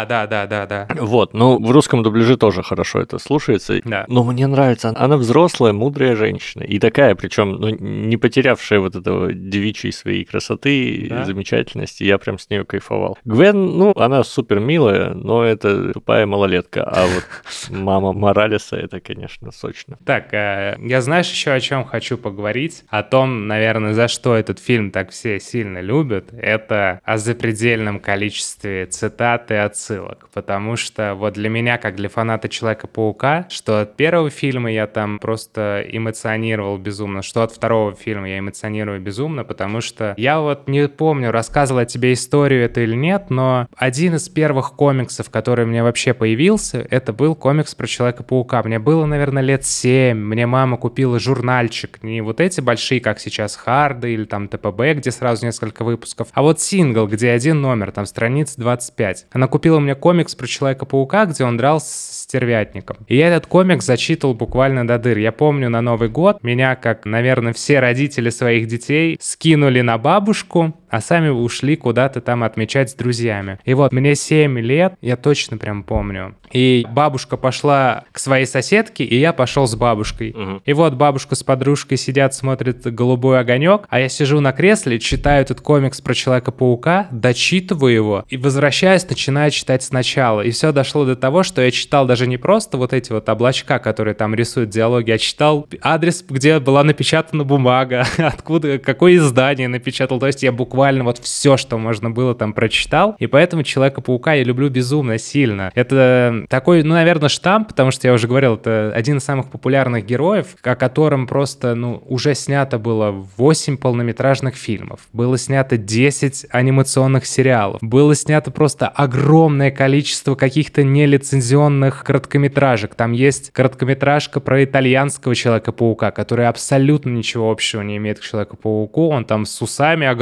Speaker 2: Да.
Speaker 1: Вот, ну, в русском дубляже тоже хорошо это слушается.
Speaker 2: Да.
Speaker 1: Но мне нравится. Она взрослая, мудрая женщина. И такая, причем, не потерявшая вот этого девичьей своей красоты, замечательности. Я прям с нее кайфовал. Гвен, она супер милая, но это тупая малолетка. А вот мама Моралеса, это, конечно, сочно.
Speaker 2: Так, я знаешь еще о чем хочу поговорить? О том, наверное, за что этот фильм так все сильно любят. Это о запредельном количестве цитат и отсылок. Потому что вот для меня, как для фаната Человека-паука, что от первого фильма я там просто эмоционировал безумно, что от второго фильма я эмоционирую безумно, потому что я вот не помню, рассказывал я тебе историю это или нет, но один из первых комиксов, который мне вообще появился, это был комикс про Человека-паука. Мне было, наверное, лет 7. Мне мама купила журнальчик. Не вот эти большие, как сейчас, Харды или там ТПБ, где сразу несколько выпусков, а вот сингл, где один номер, там страниц 25. Она купила мне комикс про Человека-паука, где он дрался с стервятником. И я этот комикс зачитывал буквально до дыр. Я помню, на Новый год меня, как, наверное, все родители своих детей, скинули на бабушку, а сами ушли куда-то там отмечать с друзьями. И вот мне 7 лет, я точно прям помню. И бабушка пошла к своей соседке, и я пошел с бабушкой. И вот бабушка с подружкой сидят, смотрят «Голубой огонек», а я сижу на кресле, читаю этот комикс про Человека-паука, дочитываю его, и возвращаюсь, начинаю читать сначала. И все дошло до того, что я читал даже не просто вот эти вот облачка, которые там рисуют диалоги, а читал адрес, где была напечатана бумага, откуда, какое издание напечатал. То есть я буквально вот все, что можно было там прочитал. И поэтому Человека-паука я люблю безумно сильно. Это такой, наверное, штамп, потому что я уже говорил, это один из самых популярных героев, о котором просто, уже снято было 8 полнометражных фильмов, было снято 10 анимационных сериалов, было снято просто огромное количество каких-то нелицензионных короткометражек. Там есть короткометражка про итальянского Человека-паука, который абсолютно ничего общего не имеет к Человеку-пауку, он там с усами огромными,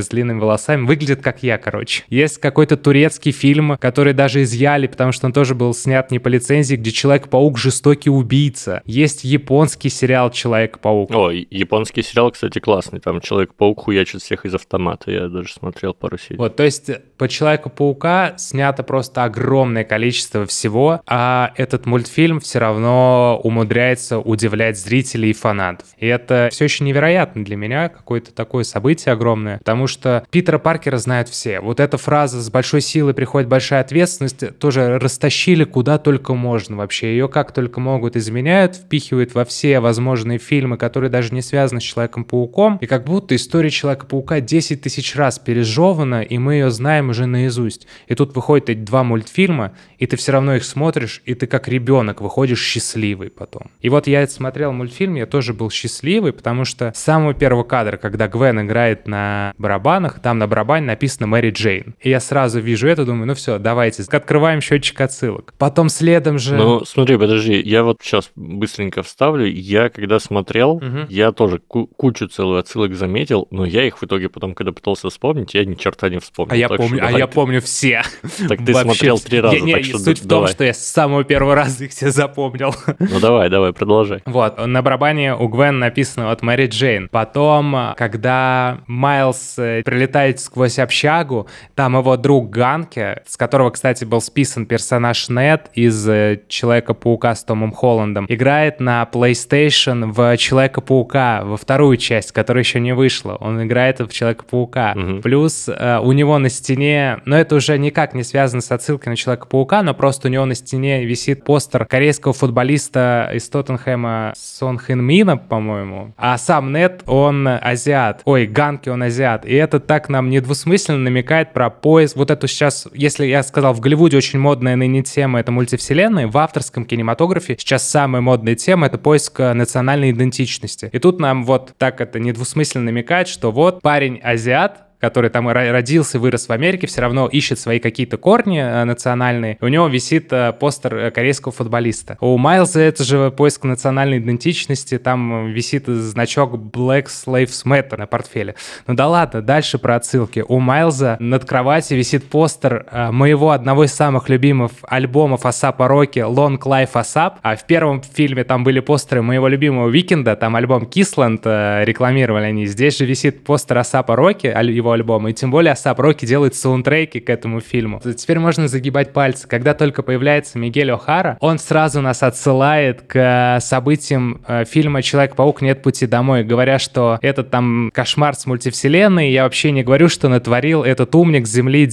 Speaker 2: с длинными волосами, выглядит как я, короче. Есть какой-то турецкий фильм, который даже изъяли, потому что он тоже был снят не по лицензии, где Человек-паук жестокий убийца. Есть японский сериал Человек-паук.
Speaker 1: О, японский сериал, кстати, классный. Там Человек-паук хуячит всех из автомата. Я даже смотрел пару серий.
Speaker 2: Вот, то есть по Человеку-паука снято просто огромное количество всего, а этот мультфильм все равно умудряется удивлять зрителей и фанатов. И это все еще невероятно для меня, какое-то такое событие огромное, потому что Питера Паркера знают все. Вот эта фраза «с большой силой приходит большая ответственность» тоже растащили куда только можно вообще. Ее как только могут изменяют, впихивают во все возможные фильмы, которые даже не связаны с Человеком-пауком, и как будто история Человека-паука 10 тысяч раз пережевана, и мы ее знаем уже наизусть. И тут выходят эти 2 мультфильма, и ты все равно их смотришь, и ты как ребенок выходишь счастливый потом. И вот я смотрел мультфильм, я тоже был счастливый, потому что с самого первого кадра, когда Гвен играет на барабанах, там на барабане написано «Мэри Джейн». И я сразу вижу это, думаю, ну все, давайте, открываем счетчик отсылок. Потом следом же...
Speaker 1: Ну, смотри, подожди, я вот сейчас быстренько вставлю. Я когда смотрел, я тоже кучу целую отсылок заметил, но я их в итоге потом, когда пытался вспомнить, я ни черта не вспомнил.
Speaker 2: Я помню все.
Speaker 1: Так ты смотрел 3 раза, так что
Speaker 2: суть в том, что я с самого первого раза их все запомнил.
Speaker 1: Ну давай, продолжай.
Speaker 2: Вот, на барабане у Гвен написано вот «Мэри Джейн». Потом, когда Майлз прилетает сквозь общагу, там его друг Ганки, с которого, кстати, был списан персонаж Нед из Человека-паука с Томом Холландом, играет на PlayStation в Человека-паука, во вторую часть, которая еще не вышла. Он играет в Человека-паука. Плюс у него на стене, но это уже никак не связано с отсылкой на Человека-паука, но просто у него на стене висит постер корейского футболиста из Тоттенхэма Сон Хэн Мина, по-моему. А сам Нед, он азиат. Ой, Ганки, он азиат. И это так нам недвусмысленно намекает про поиск. Вот это сейчас, если я сказал, в Голливуде очень модная ныне тема — это мультивселенная, в авторском кинематографе сейчас самая модная тема — это поиск национальной идентичности. И тут нам вот так это недвусмысленно намекает, что вот парень азиат, который там родился, вырос в Америке, все равно ищет свои какие-то корни национальные. У него висит постер корейского футболиста. У Майлза это же поиск национальной идентичности, там висит значок Black Lives Matter на портфеле. Ну да ладно, дальше про отсылки. У Майлза над кроватью висит постер моего одного из самых любимых альбомов Асапа Роки Long Life Asap, а в первом фильме там были постеры моего любимого Уикенда, там альбом Kissland рекламировали они. Здесь же висит постер Асапа Роки, его альбома, и тем более Асап Роки делает саундтреки к этому фильму. Теперь можно загибать пальцы. Когда только появляется Мигель О'Хара, он сразу нас отсылает к событиям фильма «Человек-паук. Нет пути домой», говоря, что это там кошмар с мультивселенной. Я вообще не говорю, что натворил этот умник с Земли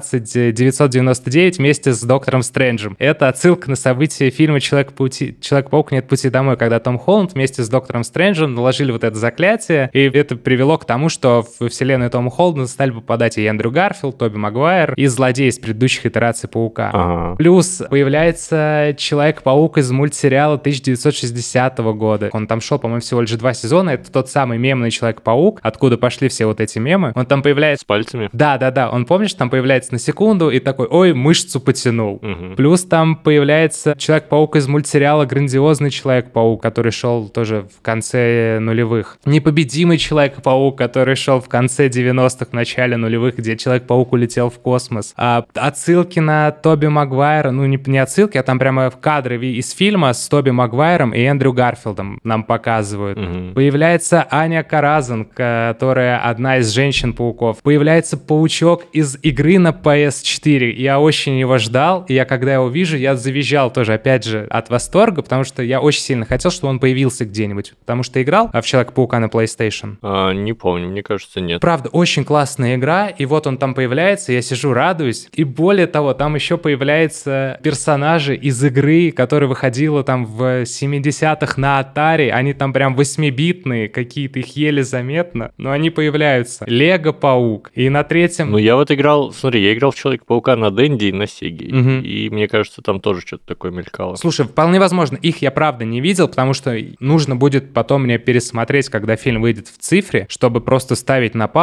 Speaker 2: 19999 вместе с Доктором Стрэнджем. Это отсылка на события фильма «Человек-паук. Нет пути домой», когда Том Холланд вместе с Доктором Стрэнджем наложили вот это заклятие, и это привело к тому, что в вселенную Тома Холланда стали попадать и Эндрю Гарфилд, Тоби Магуайр, и злодей из предыдущих итераций Паука. Плюс появляется Человек-паук из мультсериала 1960 года. Он там шел, по-моему, всего лишь 2 сезона. Это тот самый мемный Человек-паук, откуда пошли все вот эти мемы. Он там появляется...
Speaker 1: С пальцами?
Speaker 2: Да. Он, помнишь, там появляется на секунду и такой, ой, мышцу потянул. Плюс там появляется Человек-паук из мультсериала «Грандиозный Человек-паук», который шел тоже в конце нулевых. Непобедимый Человек-паук, который шел в конце 90-х, в начале нулевых, где Человек-паук улетел в космос. Отсылки на Тоби Магуайра, ну не отсылки, а там прямо в кадры из фильма с Тоби Магуайром и Эндрю Гарфилдом нам показывают. Появляется Аня Каразан, которая одна из женщин-пауков. Появляется паучок из игры на PS4. Я очень его ждал, и когда его вижу, я завизжал тоже, опять же, от восторга, потому что я очень сильно хотел, чтобы он появился где-нибудь. Потому что играл в Человека-паука на PlayStation.
Speaker 1: Не помню, мне кажется, нет.
Speaker 2: Правда, очень классная игра, и вот он там появляется, я сижу, радуюсь. И более того, там еще появляются персонажи из игры, которая выходила там в 70-х на Atari. Они там прям 8-битные, какие-то, их еле заметно, но они появляются. Лего-паук. И на третьем...
Speaker 1: Ну, я вот играл, смотри, я играл в Человека-паука на Денди и на Сеге. И мне кажется, там тоже что-то такое мелькало.
Speaker 2: Слушай, вполне возможно. Их я, правда, не видел, потому что нужно будет потом мне пересмотреть, когда фильм выйдет в цифре, чтобы просто ставить на паузу и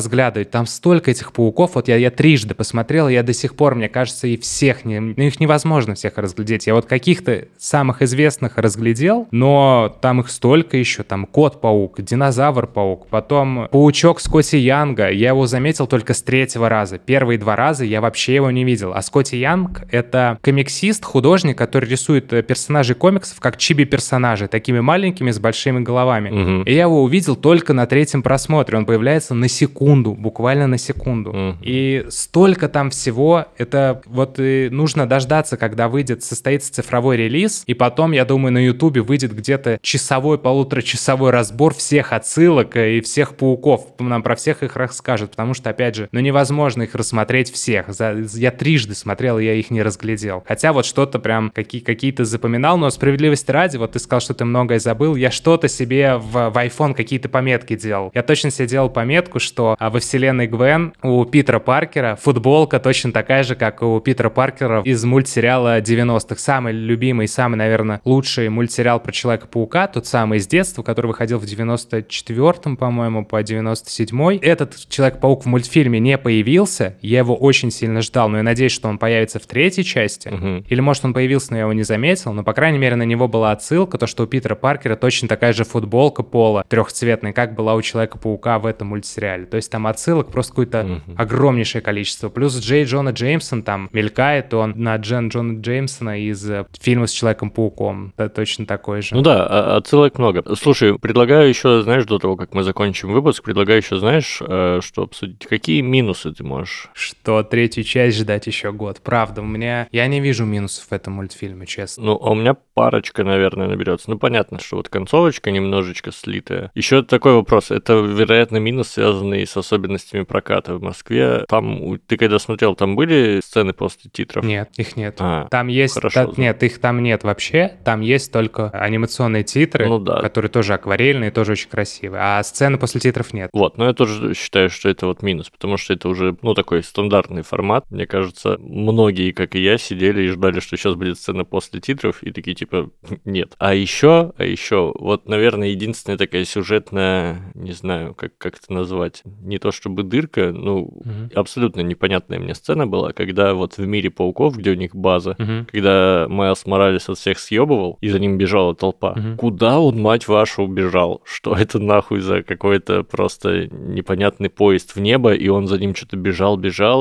Speaker 2: разглядывать. Там столько этих пауков, вот я трижды посмотрел, я до сих пор, мне кажется, и всех, их невозможно всех разглядеть. Я вот каких-то самых известных разглядел, но там их столько еще, там Кот-паук, Динозавр-паук, потом Паучок Скотти Янга, я его заметил только с 3-го раза. Первые 2 раза я вообще его не видел. А Скотти Янг — это комиксист, художник, который рисует персонажей комиксов как чиби-персонажи, такими маленькими с большими головами. И я его увидел только на 3-м просмотре. Он появляется на секунду, буквально на секунду. И столько там всего. Это вот нужно дождаться, когда состоится цифровой релиз, и потом, я думаю, на Ютубе выйдет где-то часовой, полуторачасовой разбор всех отсылок и всех пауков. Нам про всех их расскажут, потому что, опять же, невозможно их рассмотреть всех. Я трижды смотрел, и я их не разглядел. Хотя вот что-то прям какие-то запоминал, но справедливости ради, вот ты сказал, что ты многое забыл, я что-то себе в iPhone какие-то пометки делал. Я точно себе делал пометку, что во вселенной Гвен у Питера Паркера футболка точно такая же, как у Питера Паркера из мультсериала 90-х. Самый любимый, самый, наверное, лучший мультсериал про Человека-паука, тот самый из детства, который выходил в 94-м, по-моему, по 97-й. Этот Человек-паук в мультфильме не появился, я его очень сильно ждал, но я надеюсь, что он появится в 3-й части. Или, может, он появился, но я его не заметил, но, по крайней мере, на него была отсылка, то, что у Питера Паркера точно такая же футболка пола трехцветная, как была у Человека-паука в этом мультсериале. То есть там отсылок просто какое-то огромнейшее количество. Плюс Джей Джона Джеймсон там мелькает, он на Джона Джеймсона из фильма с Человеком-пауком. Это точно такой же.
Speaker 1: Ну да, отсылок много. Слушай, предлагаю еще, знаешь, до того, как мы закончим выпуск, предлагаю еще, знаешь, что обсудить. Какие минусы ты можешь?
Speaker 2: Что 3-ю часть ждать еще год. Правда, я не вижу минусов в этом мультфильме, честно.
Speaker 1: Ну, а у меня парочка, наверное, наберется. Ну, понятно, что вот концовочка немножечко слитая. Еще такой вопрос. Это, вероятно, минус, связанный с особенностями проката в Москве. Там, ты когда смотрел, там были сцены после титров?
Speaker 2: Нет, их нет. Там есть... Нет, их там нет вообще. Там есть только анимационные титры, которые тоже акварельные, тоже очень красивые. А сцены после титров нет.
Speaker 1: Вот, но я тоже считаю, что это вот минус, потому что это уже, такой стандартный формат. Мне кажется, многие, как и я, сидели и ждали, что сейчас будет сцена после титров, и такие типа, нет. А еще, вот, наверное, единственная такая сюжетная, не знаю, как это назвать, не то чтобы дырка, абсолютно непонятная мне сцена была, когда вот в мире пауков, где у них база, когда Майлз Моралес от всех съебывал, и за ним бежала толпа. Куда он, мать вашу, убежал? Что это нахуй за какой-то просто непонятный поезд в небо, и он за ним что-то бежал,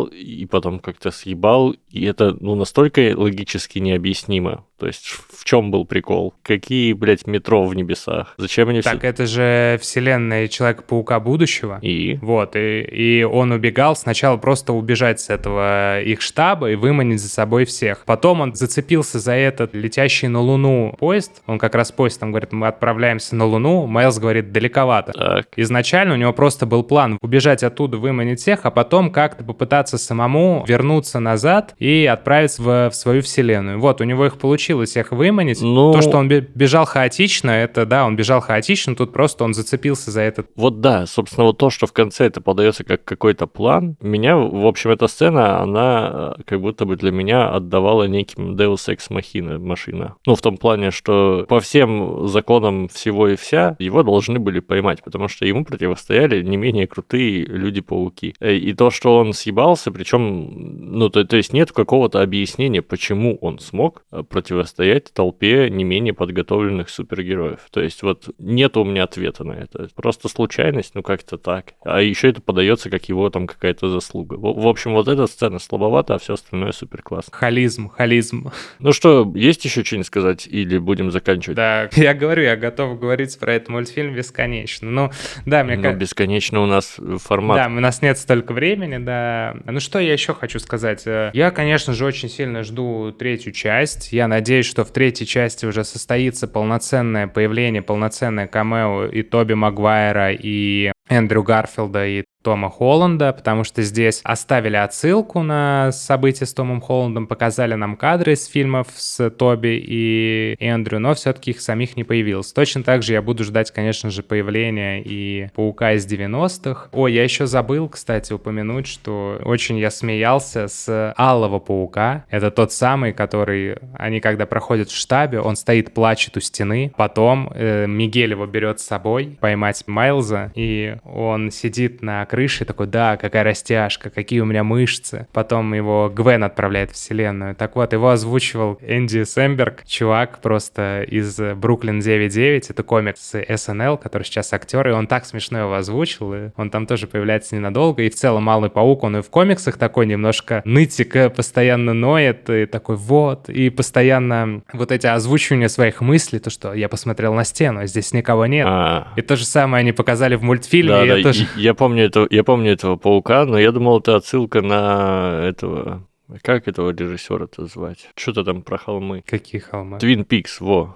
Speaker 1: и потом как-то съебал, и это, настолько логически необъяснимо. То есть в чем был прикол? Какие, блядь, метро в небесах? Зачем они
Speaker 2: Так, это же вселенная Человека-паука будущего.
Speaker 1: И?
Speaker 2: Вот, и он убегал сначала просто убежать с этого их штаба и выманить за собой всех. Потом он зацепился за этот летящий на Луну поезд. Он как раз поезд там говорит, мы отправляемся на Луну. Майлз говорит, далековато.
Speaker 1: Так.
Speaker 2: Изначально у него просто был план убежать оттуда, выманить всех, а потом как-то попытаться самому вернуться назад и отправиться в свою вселенную. Вот, у него их получилось их выманить. То, что он бежал хаотично, это, да, он бежал хаотично, тут просто он зацепился за этот...
Speaker 1: Вот да, собственно, вот то, что в конце это подается как какой-то план, меня, в общем, эта сцена, она как будто бы для меня отдавала неким Deus Ex Machina. В том плане, что по всем законам всего и вся его должны были поймать, потому что ему противостояли не менее крутые люди-пауки. И то, что он съебался, причем, то есть нет какого-то объяснения, почему он смог противостоять толпе не менее подготовленных супергероев. То есть вот нет у меня ответа на это. Просто случайность, как-то так. А еще это подается как его там какая-то заслуга. В общем, вот эта сцена слабовата, а все остальное супер классно.
Speaker 2: Хализм.
Speaker 1: Ну что, есть еще что-нибудь сказать или будем заканчивать?
Speaker 2: Да, я говорю, я готов говорить про этот мультфильм бесконечно.
Speaker 1: Бесконечно у нас формат.
Speaker 2: Да, у нас нет столько времени, да. Что я еще хочу сказать? Я, конечно же, очень сильно жду 3-ю часть. Я надеюсь, что в 3-й части уже состоится полноценное появление, полноценное камео и Тоби Магуайра, и Эндрю Гарфилда, и Тома Холланда, потому что здесь оставили отсылку на события с Томом Холландом, показали нам кадры из фильмов с Тоби и Эндрю, но все-таки их самих не появилось. Точно так же я буду ждать, конечно же, появления и Паука из 90-х. Я еще забыл, кстати, упомянуть, что очень я смеялся с Алого Паука. Это тот самый, который они когда проходят в штабе, он стоит, плачет у стены, потом Мигель его берет с собой поймать Майлза, и он сидит на крыше, такой, да, какая растяжка, какие у меня мышцы. Потом его Гвен отправляет в вселенную. Так вот, его озвучивал Энди Сэмберг, чувак просто из Бруклин 9.9, это комик с SNL, который сейчас актер, и он так смешно его озвучил, и он там тоже появляется ненадолго, и в целом Малый Паук, он и в комиксах такой немножко нытик, постоянно ноет, и такой вот, и постоянно вот эти озвучивания своих мыслей, то, что я посмотрел на стену, а здесь никого нет. И то же самое они показали в мультфильме.
Speaker 1: Да, тоже... я помню этого Паука, но я думал, это отсылка на этого... Как этого режиссера-то звать? Что-то там про холмы.
Speaker 2: Какие холмы?
Speaker 1: Twin Peaks, во.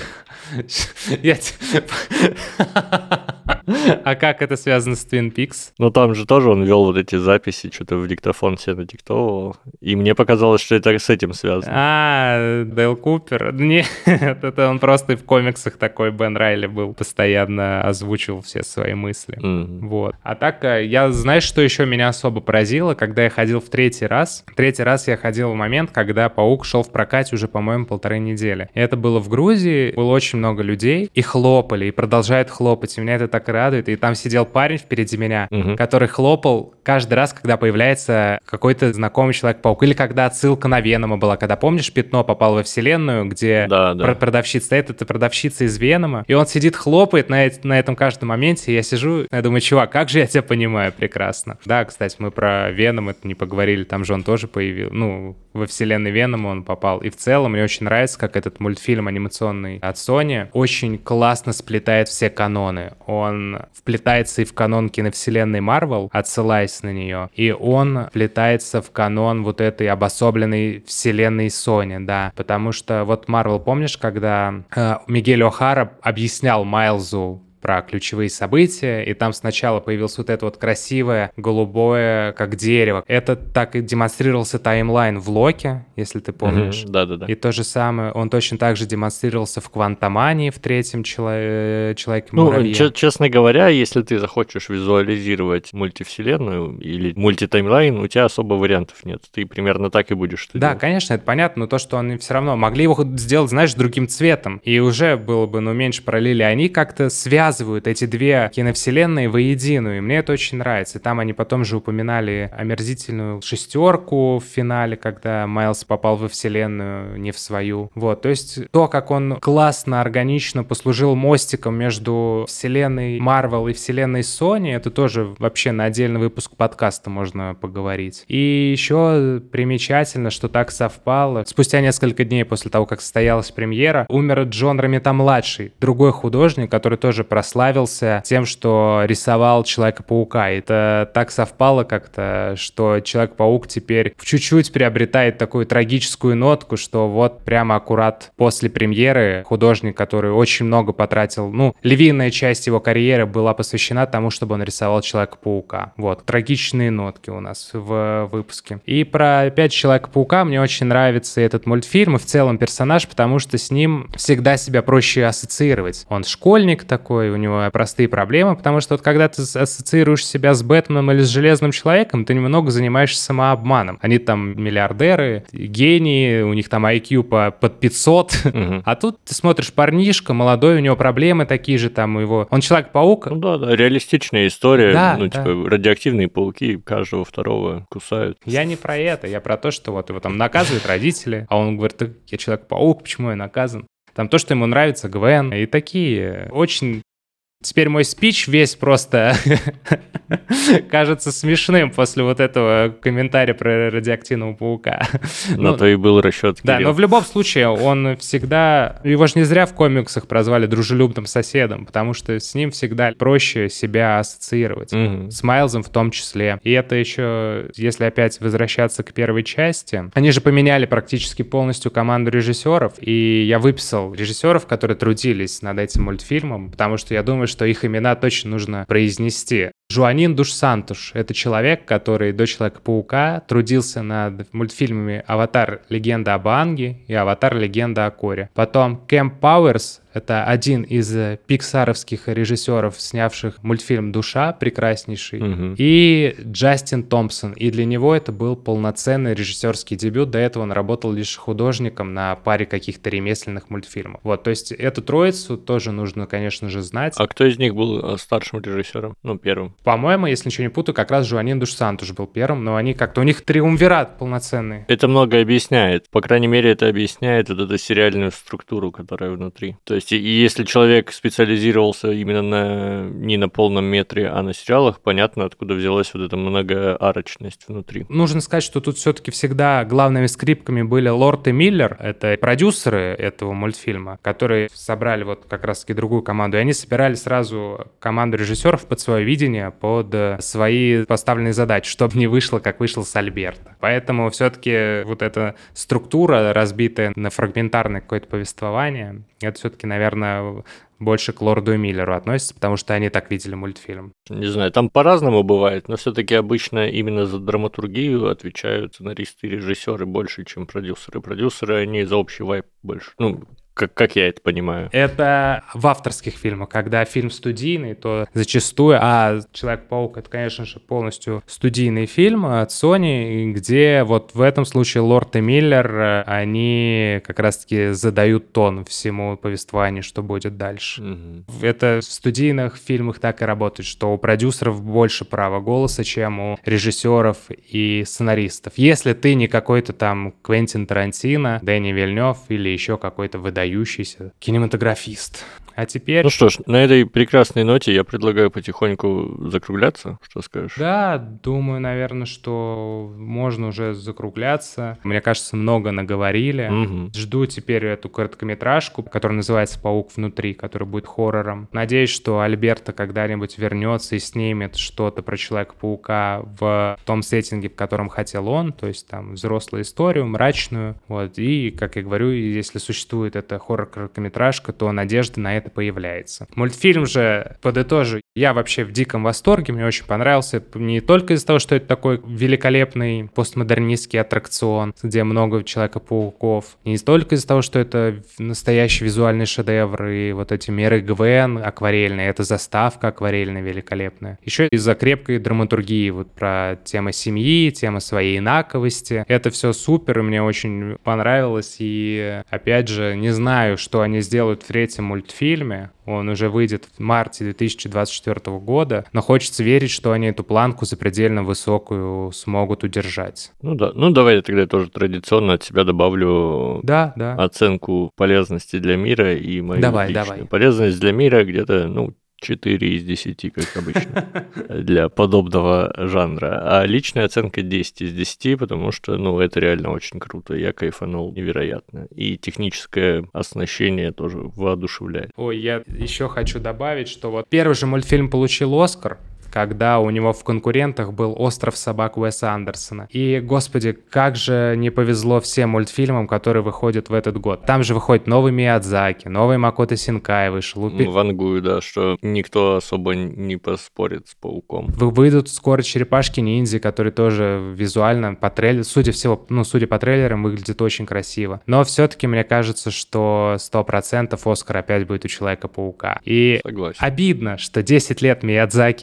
Speaker 2: А как это связано с Twin Peaks?
Speaker 1: Ну, там же тоже он вел вот эти записи, что-то в диктофон себе надиктовывал. И мне показалось, что это с этим связано.
Speaker 2: Дейл Купер? Нет, это он просто в комиксах такой Бен Райли был. Постоянно озвучивал все свои мысли. Вот. А так, знаешь, что еще меня особо поразило, когда я ходил в третий раз? Третий раз я ходил в момент, когда Паук шел в прокате уже, по-моему, 1,5 недели. И это было в Грузии, было очень много людей, и хлопали, и продолжают хлопать. И меня это так радует. И там сидел парень впереди меня, который хлопал каждый раз, когда появляется какой-то знакомый Человек-паук. Или когда отсылка на Венома была. Когда, помнишь, Пятно попало во вселенную, где продавщица стоит, это продавщица из Венома. И он сидит, хлопает на этом каждом моменте. И я сижу, я думаю, чувак, как же я тебя понимаю прекрасно. Да, кстати, мы про Веном это не поговорили. Там же он тоже появился. Ну, во вселенной Венома он попал. И в целом мне очень нравится, как этот мультфильм анимационный от Sony очень классно сплетает все каноны. Он вплетается и в канон киновселенной Marvel, отсылаясь на нее, и он вплетается в канон вот этой обособленной вселенной Sony, да, потому что вот Marvel, помнишь, когда Мигель О'Хара объяснял Майлзу про ключевые события, и там сначала появилось вот это вот красивое голубое, как дерево. Это так и демонстрировался таймлайн в Локи, если ты помнишь.
Speaker 1: Да-да-да.
Speaker 2: И то же самое, он точно так же демонстрировался в Квантомании, в третьем Человеке-муравье.
Speaker 1: Ну, честно говоря, если ты захочешь визуализировать мультивселенную или мультитаймлайн, у тебя особо вариантов нет. Ты примерно так и будешь это делать.
Speaker 2: Конечно, это понятно, но то, что они все равно могли его сделать, знаешь, другим цветом, и уже было бы, меньше параллели. Они как-то связывают эти две киновселенные воедино, и мне это очень нравится. И там они потом же упоминали омерзительную шестерку в финале, когда Майлз попал во вселенную, не в свою. Вот, то есть то, как он классно, органично послужил мостиком между вселенной Marvel и вселенной Sony, это тоже вообще на отдельный выпуск подкаста можно поговорить. И еще примечательно, что так совпало. Спустя несколько дней после того, как состоялась премьера, умер Джон Ромита-младший, другой художник, который тоже прославился тем, что рисовал Человека-паука. Это так совпало как-то, что Человек-паук теперь чуть-чуть приобретает такую трагическую нотку, что вот прямо аккурат после премьеры художник, который очень много потратил, львиная часть его карьеры была посвящена тому, чтобы он рисовал Человека-паука. Вот, трагичные нотки у нас в выпуске. И про опять Человека-паука мне очень нравится этот мультфильм и в целом персонаж, потому что с ним всегда себя проще ассоциировать. Он школьник такой, у него простые проблемы, потому что вот когда ты ассоциируешь себя с Бэтменом или с Железным Человеком, ты немного занимаешься самообманом. Они там миллиардеры, гении, у них там IQ под 500, а тут ты смотришь, парнишка молодой, у него проблемы такие же, там его... Он Человек-паук.
Speaker 1: Да, реалистичная история, радиоактивные пауки каждого второго кусают.
Speaker 2: Я не про это, я про то, что вот его там наказывают родители, а он говорит, я Человек-паук, почему я наказан? Там то, что ему нравится Гвен, и такие очень... Теперь мой спич весь просто кажется смешным после вот этого комментария про радиоактивного паука.
Speaker 1: На то и был расчет.
Speaker 2: Да, но в любом случае он всегда... Его же не зря в комиксах прозвали дружелюбным соседом, потому что с ним всегда проще себя ассоциировать. С Майлзом в том числе. И это еще, если опять возвращаться к первой части, они же поменяли практически полностью команду режиссеров, и я выписал режиссеров, которые трудились над этим мультфильмом, потому что я думаю, что их имена точно нужно произнести. Жуанин Душ Сантуш — это человек, который до Человека-паука трудился над мультфильмами «Аватар. Легенда об Аанге» и «Аватар. Легенда о Коре». Потом Кэм Пауэрс — это один из пиксаровских режиссеров, снявших мультфильм «Душа», прекраснейший, и Джастин Томпсон. И для него это был полноценный режиссерский дебют. До этого он работал лишь художником на паре каких-то ремесленных мультфильмов. Вот, то есть эту троицу тоже нужно, конечно же, знать.
Speaker 1: А кто из них был старшим режиссером? Первым.
Speaker 2: По-моему, если ничего не путаю, как раз Жуанин Душ Сантуш был первым, но они как-то, у них триумвират полноценный.
Speaker 1: Это многое объясняет. По крайней мере, это объясняет вот эту сериальную структуру, которая внутри. То есть, и если человек специализировался именно не на полном метре, а на сериалах, понятно, откуда взялась вот эта многоарочность внутри.
Speaker 2: Нужно сказать, что тут все-таки всегда главными скрипками были Лорд и Миллер, это продюсеры этого мультфильма, которые собрали вот как раз-таки другую команду, и они собирали сразу команду режиссеров под свое видение, под свои поставленные задачи, чтобы не вышло, как вышло с Альберто. Поэтому все-таки вот эта структура, разбитая на фрагментарное какое-то повествование, это все-таки, наверное, больше к Лорду и Миллеру относится, потому что они так видели мультфильм.
Speaker 1: Не знаю, там по-разному бывает, но все-таки обычно именно за драматургию отвечают сценаристы и режиссеры больше, чем продюсеры. Продюсеры, они за общий вайб больше. Ну, как я это понимаю.
Speaker 2: Это в авторских фильмах. Когда фильм студийный, то зачастую... А «Человек-паук» — это, конечно же, полностью студийный фильм от Sony, где вот в этом случае Лорд и Миллер, они как раз-таки задают тон всему повествованию, что будет дальше.
Speaker 1: Угу.
Speaker 2: Это в студийных фильмах так и работает, что у продюсеров больше права голоса, чем у режиссеров и сценаристов. Если ты не какой-то там Квентин Тарантино, Дэнни Вильнёв или еще какой-то выдающийся кинематографист. А теперь...
Speaker 1: Ну что ж, на этой прекрасной ноте я предлагаю потихоньку закругляться. Что скажешь?
Speaker 2: Да, думаю, наверное, что можно уже закругляться. Мне кажется, много наговорили.
Speaker 1: Угу.
Speaker 2: Жду теперь эту короткометражку, которая называется «Паук внутри», который будет хоррором. Надеюсь, что Альберто когда-нибудь вернется и снимет что-то про Человека-паука в том сеттинге, в котором хотел он, то есть там взрослую историю, мрачную. Вот. И, как я говорю, если существует эта хоррор-короткометражка, то надежда на это появляется. Мультфильм же, подытожу, я вообще в диком восторге, мне очень понравился не только из-за того, что это такой великолепный постмодернистский аттракцион, где много Человека-пауков, не только из-за того, что это настоящий визуальный шедевр, и вот эти меры Гвен акварельные, это заставка акварельная великолепная. Еще из-за крепкой драматургии, вот про тему семьи, тема своей инаковости. Это все супер, и мне очень понравилось, и опять же, не знаю, что они сделают в третьем мультфильме. Он уже выйдет в марте 2024 года, но хочется верить, что они эту планку запредельно высокую смогут удержать.
Speaker 1: Ну да, ну давай я тогда тоже традиционно от себя добавлю оценку полезности для мира и мою личную. Полезность для мира где-то, 4 из 10, как обычно, для подобного жанра. А личная оценка 10 из 10, потому что, это реально очень круто. Я кайфанул невероятно. И техническое оснащение тоже воодушевляет.
Speaker 2: Ой, я еще хочу добавить, что вот первый же мультфильм получил «Оскар», когда у него в конкурентах был «Остров собак» Уэса Андерсона. И, господи, как же не повезло всем мультфильмам, которые выходят в этот год. Там же выходит новый Миядзаки, новый Макото Синкай вышел.
Speaker 1: Вангую, да, что никто особо не поспорит с Пауком.
Speaker 2: Выйдут скоро «Черепашки-ниндзя», которые тоже визуально по трейлеру, судя по трейлерам, выглядят очень красиво. Но все-таки мне кажется, что 100% «Оскар» опять будет у Человека-паука. И
Speaker 1: согласен.
Speaker 2: Обидно, что 10 лет Миядзаки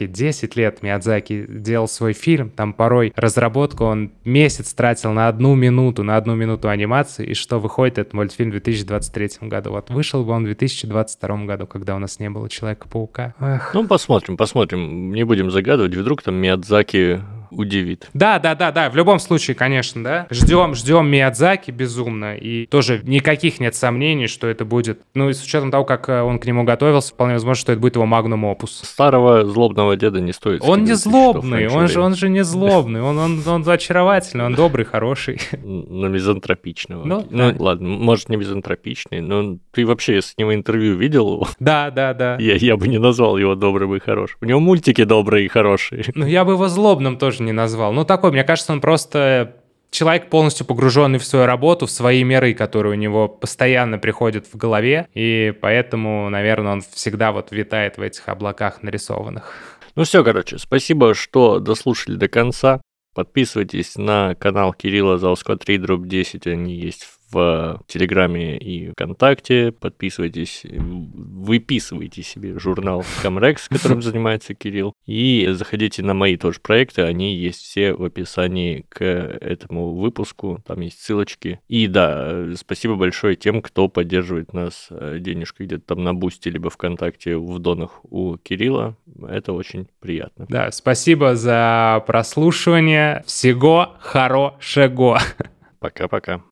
Speaker 2: делал свой фильм, там порой разработку, он месяц тратил на одну минуту анимации, и что выходит этот мультфильм в 2023 году. Вот вышел бы он в 2022 году, когда у нас не было Человека-паука. Эх.
Speaker 1: Посмотрим. Не будем загадывать, вдруг там Миядзаки удивит.
Speaker 2: Да, в любом случае, конечно, да. Ждем Миядзаки безумно, и тоже никаких нет сомнений, что это будет, и с учетом того, как он к нему готовился, вполне возможно, что это будет его магнум опус.
Speaker 1: Старого злобного деда не стоит.
Speaker 2: Он не злобный, он же не злобный, он очаровательный, он добрый, хороший.
Speaker 1: Но мизантропичного. Ладно, может, не мизантропичный, но ты вообще с него интервью видел?
Speaker 2: Да.
Speaker 1: Я бы не назвал его добрым и хорошим. У него мультики добрые и хорошие.
Speaker 2: Я бы его злобным тоже не назвал. Такой, мне кажется, он просто человек, полностью погруженный в свою работу, в свои миры, которые у него постоянно приходят в голове, и поэтому, наверное, он всегда вот витает в этих облаках нарисованных.
Speaker 1: Все, спасибо, что дослушали до конца. Подписывайтесь на канал Кирилла Заусква 3 дробь 10, они есть в Телеграме и ВКонтакте. Подписывайтесь, выписывайте себе журнал Comrex, которым занимается Кирилл. И заходите на мои тоже проекты, они есть все в описании к этому выпуску, там есть ссылочки. И да, спасибо большое тем, кто поддерживает нас денежкой где-то там на Бусти, либо ВКонтакте в донах у Кирилла. Это очень приятно.
Speaker 2: Да, спасибо за прослушивание. Всего хорошего.
Speaker 1: Пока-пока.